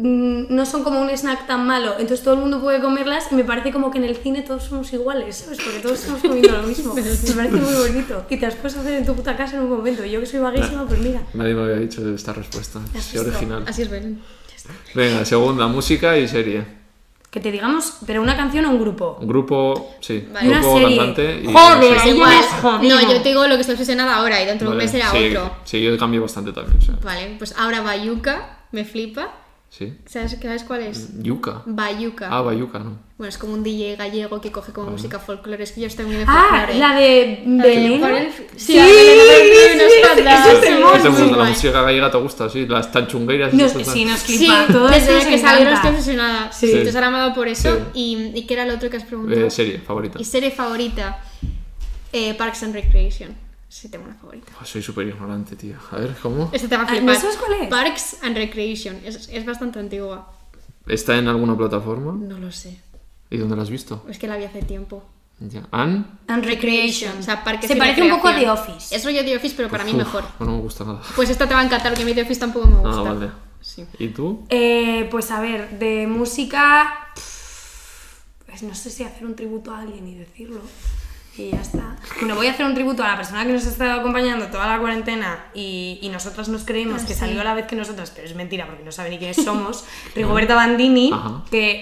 no son como un snack tan malo. Entonces todo el mundo puede comerlas y me parece como que en el cine todos somos iguales, ¿sabes? Porque todos estamos comiendo lo mismo. Me parece muy bonito. Y te las puedes hacer en tu puta casa en un momento. Yo que soy vaguísima, pues mira. Nadie me había dicho esta respuesta. ¿Has Qué visto? original. Así es, Belén. Venga, segunda, música y serie. Que te digamos, pero una canción o un grupo. Un grupo, sí. Vale. Grupo, Una serie. cantante y... Joder, Pues ahí igual. me has jodido. No, yo te digo lo que estoy obsesionada ahora y dentro de un Vale, mes será sí, otro. Sí, yo cambio bastante también, o sea. Vale, pues ahora Bayuca, me flipa. Sí. ¿Sabes cuál es? Yuca. Bayuca. Ah, Bayuca, ¿no? Bueno, es como un DJ gallego que coge como música folclore. Es que yo estoy muy de Ah, folclore. la de Veneno. Sí, Sí, la de sí, unas sí, faldas. eso es Sí, temón, ¿Qué te sí. gusta? ¿La música gallega te gusta? Sí, las tanchungueiras. Nos, esas, sí, nos Sí, flipa. Todo esto desde nos que salieron encanta. estoy obsesionada. Sí. Entonces ahora me ha dado por eso. Sí. ¿Y qué era lo otro que has preguntado? Serie favorita. Y serie favorita, Parks and Recreation. Sí, tengo una favorita. Soy súper ignorante, tío. A ver, ¿cómo? Este te va a Ah, flipar. ¿no sabes cuál es? Parks and Recreation. Es bastante antigua. ¿Está en alguna plataforma? No lo sé. ¿Y dónde la has visto? Es que la vi hace tiempo. Ya. ¿Ann? And Recreation. O sea, parques Se y parece un poco a The recreación. Office. Es rollo The Office, pero para mí Uf, mejor. No me gusta nada. Pues esta te va a encantar, porque a mí The Office tampoco me gusta. Ah, vale. Sí. ¿Y tú? Pues a ver, de música. Pues no sé si hacer un tributo a alguien y decirlo. Y ya está. Bueno, voy a hacer un tributo a la persona que nos ha estado acompañando toda la cuarentena y nosotras nos creímos que salió a la vez que nosotras, pero es mentira porque no sabe ni quiénes somos. Rigoberta Bandini, Ajá.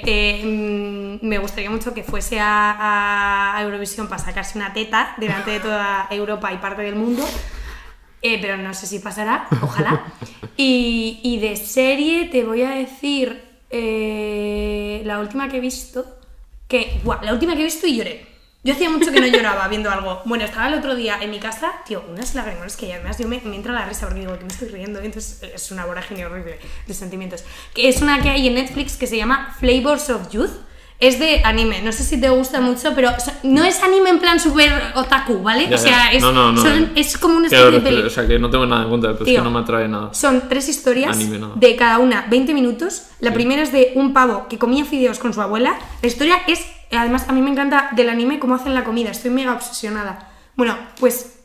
que me gustaría mucho que fuese a Eurovisión para sacarse una teta delante de toda Europa y parte del mundo. Pero no sé si pasará, ojalá. Y de serie te voy a decir la última que he visto, la última que he visto y lloré. Yo hacía mucho que no lloraba viendo algo. Bueno, estaba el otro día en mi casa, tío, unas lágrimas que además yo me entra la risa porque digo que me estoy riendo y entonces es una vorágine horrible de sentimientos. Que es una que hay en Netflix que se llama Flavors of Youth. Es de anime, no sé si te gusta mucho, pero no es anime en plan super otaku, ¿vale? Ya, o sea, ya. No. es como una Claro, especie de peli. o sea, que no tengo nada en contra, pero es Tío, que no me atrae nada. Son 3 historias Anime, nada. de cada una 20 minutos. La primera es de un pavo que comía fideos con su abuela. La historia es, además a mí me encanta del anime cómo hacen la comida, estoy mega obsesionada. Bueno, pues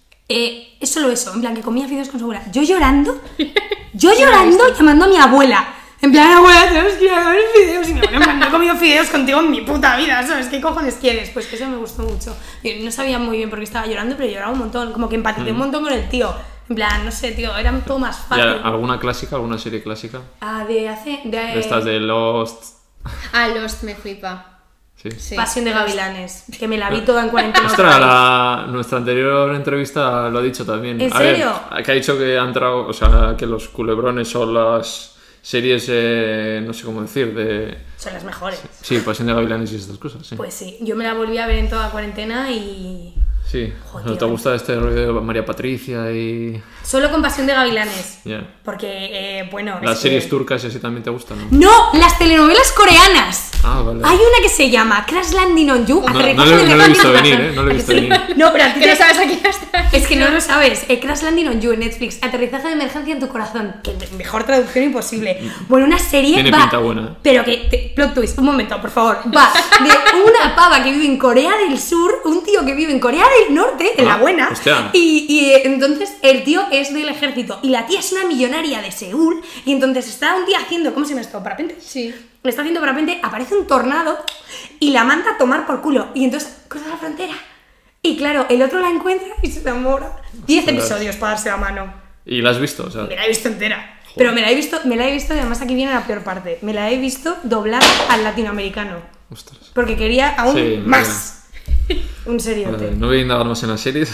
es solo eso, en plan que comía fideos con su abuela. Yo llorando llamando a mi abuela. En plan, abuela, tenemos que ir a comer fideos. Y mi abuela, en plan, no he comido fideos contigo en mi puta vida, ¿sabes? ¿Qué cojones quieres? Pues que eso me gustó mucho. Yo no sabía muy bien por qué estaba llorando, pero lloraba un montón. Como que empaticé un montón con el tío. En plan, no sé, tío, era todo más ¿Y fácil. alguna clásica, alguna serie clásica? Ah, Estas de Lost. Ah, Lost me flipa. Sí. Sí. Pasión de Gavilanes, que me la vi toda en cuarentena. Ostras, otra vez. nuestra anterior entrevista lo ha dicho también. ¿En A ver, serio? que ha dicho que ha entrado, o sea, que los culebrones son las series, no sé cómo decir, de... Son las mejores. Sí, Pasión de Gavilanes y estas cosas, sí. Pues sí, yo me la volví a ver en toda cuarentena y... Sí, Joder, ¿no te gusta este rollo de María Patricia y...? Solo con Pasión de Gavilanes. Ya. Porque, bueno... Las es series que... turcas y así también te gustan, ¿no? ¡No! ¡Las telenovelas coreanas! Ah, vale. Hay una que se llama Crash Landing on You. No Aterrizaje lo de he visto emergencia en tu venir, corazón. No lo he visto venir. No, pero a ti Que te... no sabes a quién está. Es que no lo sabes. Crash Landing on You en Netflix. Aterrizaje de emergencia en tu corazón. Que mejor traducción imposible. Bueno, una serie Tiene va... pinta buena. Pero que... Plot twist. Un momento, por favor. Va de una pava que vive en Corea del Sur, un tío que vive en Corea del Norte, en la buena. Hostia. Y entonces el tío es del ejército. Y la tía es una millonaria de Seúl. Y entonces está un día haciendo... ¿Cómo se llama esto? ¿Parapente? Sí. Le está haciendo parapente, aparece un tornado y la manda a tomar por culo. Y entonces cruza la frontera. Y claro, el otro la encuentra y se enamora. 10 Ostras. episodios para darse la mano. ¿Y la has visto? O sea, Me la he visto entera. Pero me la he visto y además aquí viene la peor parte. Me la he visto doblada al latinoamericano. ostras. Porque quería aún Sí, más. Un seriote. Vale, no voy a indagar más en las series.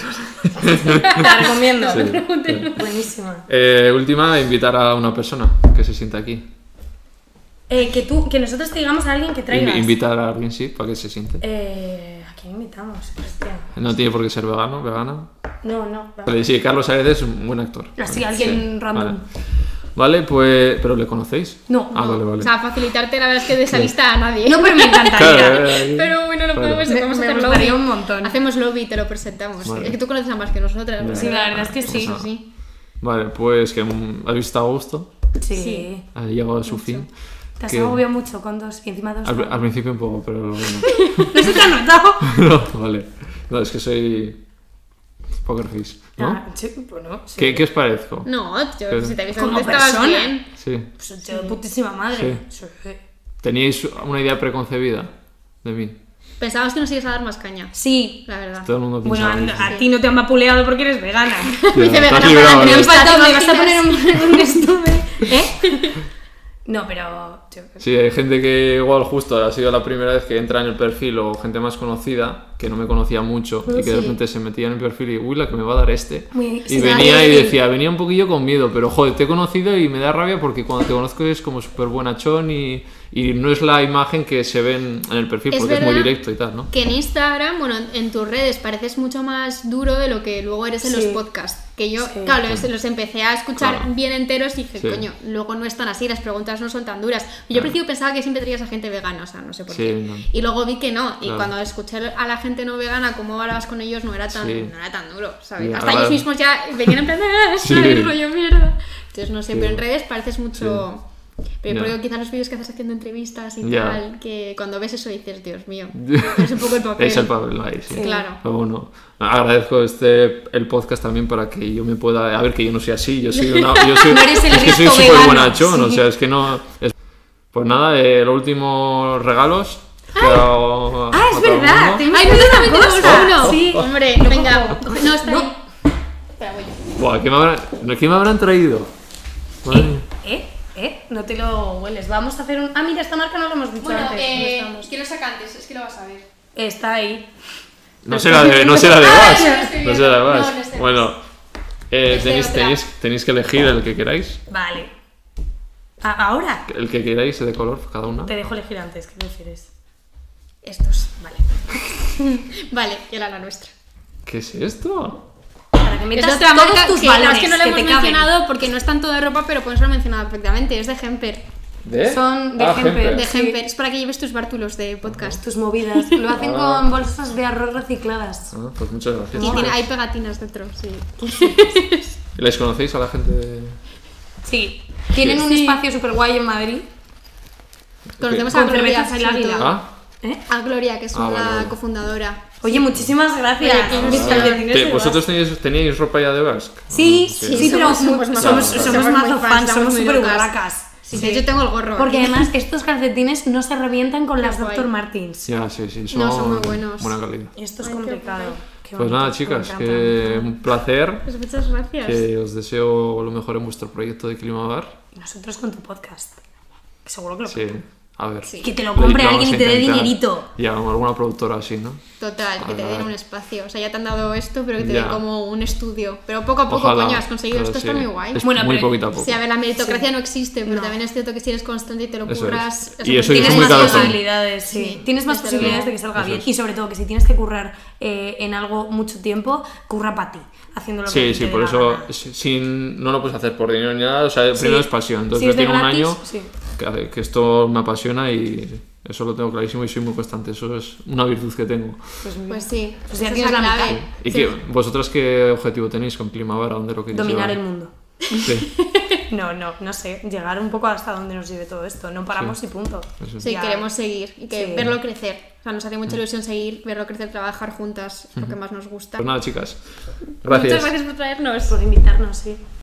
Te la recomiendo. Sí, sí. Buenísima. Última, invitar a una persona que se sienta aquí. Que nosotros te digamos a alguien que traigas. Invitar a alguien, sí, para que se siente. ¿A quién invitamos? Hostia. No tiene por qué ser vegano, vegana. No. Vale, sí, Carlos Aredes es un buen actor. Así, Vale, alguien sí, random. Vale, pues... ¿Pero le conocéis? No. Ah, vale, vale. O sea, facilitarte la verdad es que de esa lista a nadie. No, pero me encantaría. Claro, Pero bueno, lo Claro. podemos Me hacer gustaría lobby. un montón. Hacemos lobby y te lo presentamos. Vale. Es que tú conoces a más que nosotras. Ya. Sí, la verdad es que sí. Sí, sí. Vale, pues que has visto a Agosto. Sí. Sí. Ha llegado a su fin. Te has Que- agobiado mucho con dos y encima dos. Al principio un poco, pero luego ¿No se te ha notado? no. No, vale. No, es que soy... Poker face, ¿no? Ah, sí, bueno, sí. ¿Qué os parezco? No, yo Pero- si te he visto Como antes estabas persona. bien. Sí. Pues un tío de putísima madre. Sí. ¿Teníais una idea preconcebida de mí? Pensabas que nos ibas a dar más caña. Sí. La verdad. Todo el mundo Bueno, pensaba eso. a ti no te han vapuleado porque eres vegana. Ya, Dice te has vegana librado, para ¿no? entrevistar. Me vas a imaginas? poner un estuve. ¿Eh? No, pero... Sí, hay gente que igual justo ha sido la primera vez que entra en el perfil o gente más conocida que no me conocía mucho y que de repente se metía en el perfil y uy, la que me va a dar este. Y venía y decía, venía un poquillo con miedo, pero joder, te he conocido y me da rabia porque cuando te conozco es como súper buenachón y no es la imagen que se ve en el perfil porque es muy directo y tal, ¿no? Que en Instagram, bueno, en tus redes pareces mucho más duro de lo que luego eres en los podcasts. Que yo, claro, los empecé a escuchar bien enteros y dije, coño, luego no es tan así, las preguntas no son tan duras. Yo al principio pensaba que siempre tenías a gente vegana, o sea, no sé por qué. No. Y luego vi que no, y cuando escuché a la gente no vegana, cómo hablabas con ellos, no era tan duro, ¿sabes? Hasta ellos mismos ya venían en plan, ¿sabes? Rollo mierda. Entonces, no sé, pero en redes pareces mucho... Pero yo creo que quizás los vídeos que haces haciendo entrevistas y tal, que cuando ves eso dices, Dios mío, es un poco el papel. Es el papel ahí, sí. Claro. Pero bueno, agradezco el podcast también para que yo me pueda... A ver, que yo no soy así, yo soy no eres el es que soy súper vegano, buenachón, o sea, es que no... Pues nada, los últimos regalos... es verdad. ¡Ay, me da una cosa! Sí. Hombre, venga. No, está ahí. Espera, voy. Buah, ¿qué me habrán traído? No te lo hueles. Vamos a hacer un... Ah, mira, esta marca no lo hemos dicho Bueno, antes. ¿quién lo saca antes? Es que lo vas a ver. Está ahí. No será de Bash. no estoy No será de Bash. No, no es de Bueno, otra. tenéis que elegir el que queráis. Vale. ¿Ahora? El que queráis de color, cada una. Te dejo elegir antes. ¿Qué prefieres? Estos. Vale. Vale, y ahora la nuestra. ¿Qué es esto? Para que Es metas otra todos marca tus que valores es que no la que hemos te caben. mencionado porque no es tanto de ropa, pero podemos haberlo mencionado perfectamente. Es de Hemper. ¿De? Son de Hemper. De Sí. Hemper. Es para que lleves tus bártulos de podcast. Tus movidas. Lo hacen con bolsas de arroz recicladas. Pues muchas gracias. Y hay pegatinas dentro, sí. ¿Y les conocéis a la gente de...? Sí. Tienen un espacio súper guay en Madrid. Conocemos Con a Gloria cervezas al águila. ¿Ah? A Gloria, que es vale, la vale. cofundadora. Oye, muchísimas gracias. Mis calcetines de ¿Vosotros teníais ropa ya de Basque? Sí, Sí. sí, pero Somos somos muy mazo fans, fans, somos muy súper locas. barracas. Sí, de hecho tengo el gorro. Porque aquí. además estos calcetines no se revientan con las guay. Dr. Martens. Ya, sí, No, son muy buenos. Buena calidad. Esto es Ay, qué complicado. guay. Qué Pues bonito, nada, me chicas, encanta. que un placer. Pues muchas gracias. Que os deseo lo mejor en vuestro proyecto de Climabar. Y nosotros con tu podcast. Que seguro que lo Sí, a ver. Sí. Que te lo compre Vamos alguien a y te dé intentar. dinerito. Ya, alguna productora así, ¿no? Total, que te Ojalá. den un espacio. O sea, ya te han dado esto, pero que te Ya. den como un estudio. Pero poco a poco, Ojalá. coño, has conseguido Claro, esto, sí. está muy guay. Es Bueno, muy pero- poquito a poco. Sí, a ver, la meritocracia no existe, pero No. también es cierto que si eres constante y te lo Eso es. curras... Y eso Tienes muy más cabezón. posibilidades, sí. Sí, Tienes más desde posibilidades luego. de que salga Eso bien. es. Y sobre todo que si tienes que currar en algo mucho tiempo, curra para ti, haciendo lo que Sí, te sí, dé por la eso gana. no lo puedes hacer por dinero ni nada. O sea, primero es pasión. Entonces Si yo es de tengo un gratis, año sí. que esto me apasiona y eso lo tengo clarísimo y soy muy constante. Eso es una virtud que tengo. Pues sí, Pues ya esa tienes es la clave. mitad. ¿Y vosotros qué objetivo tenéis con Climabar? ¿A dónde lo queréis Dominar llevar? el mundo. Sí, No sé, llegar un poco hasta donde nos lleve todo esto. No paramos y punto. eso es. Sí, Ya. queremos seguir y que Sí. verlo crecer. O sea, nos hace mucha ilusión seguir, verlo crecer, trabajar juntas, es lo que más nos gusta. Pues nada, chicas. Muchas Gracias. gracias por traernos. Por invitarnos, sí.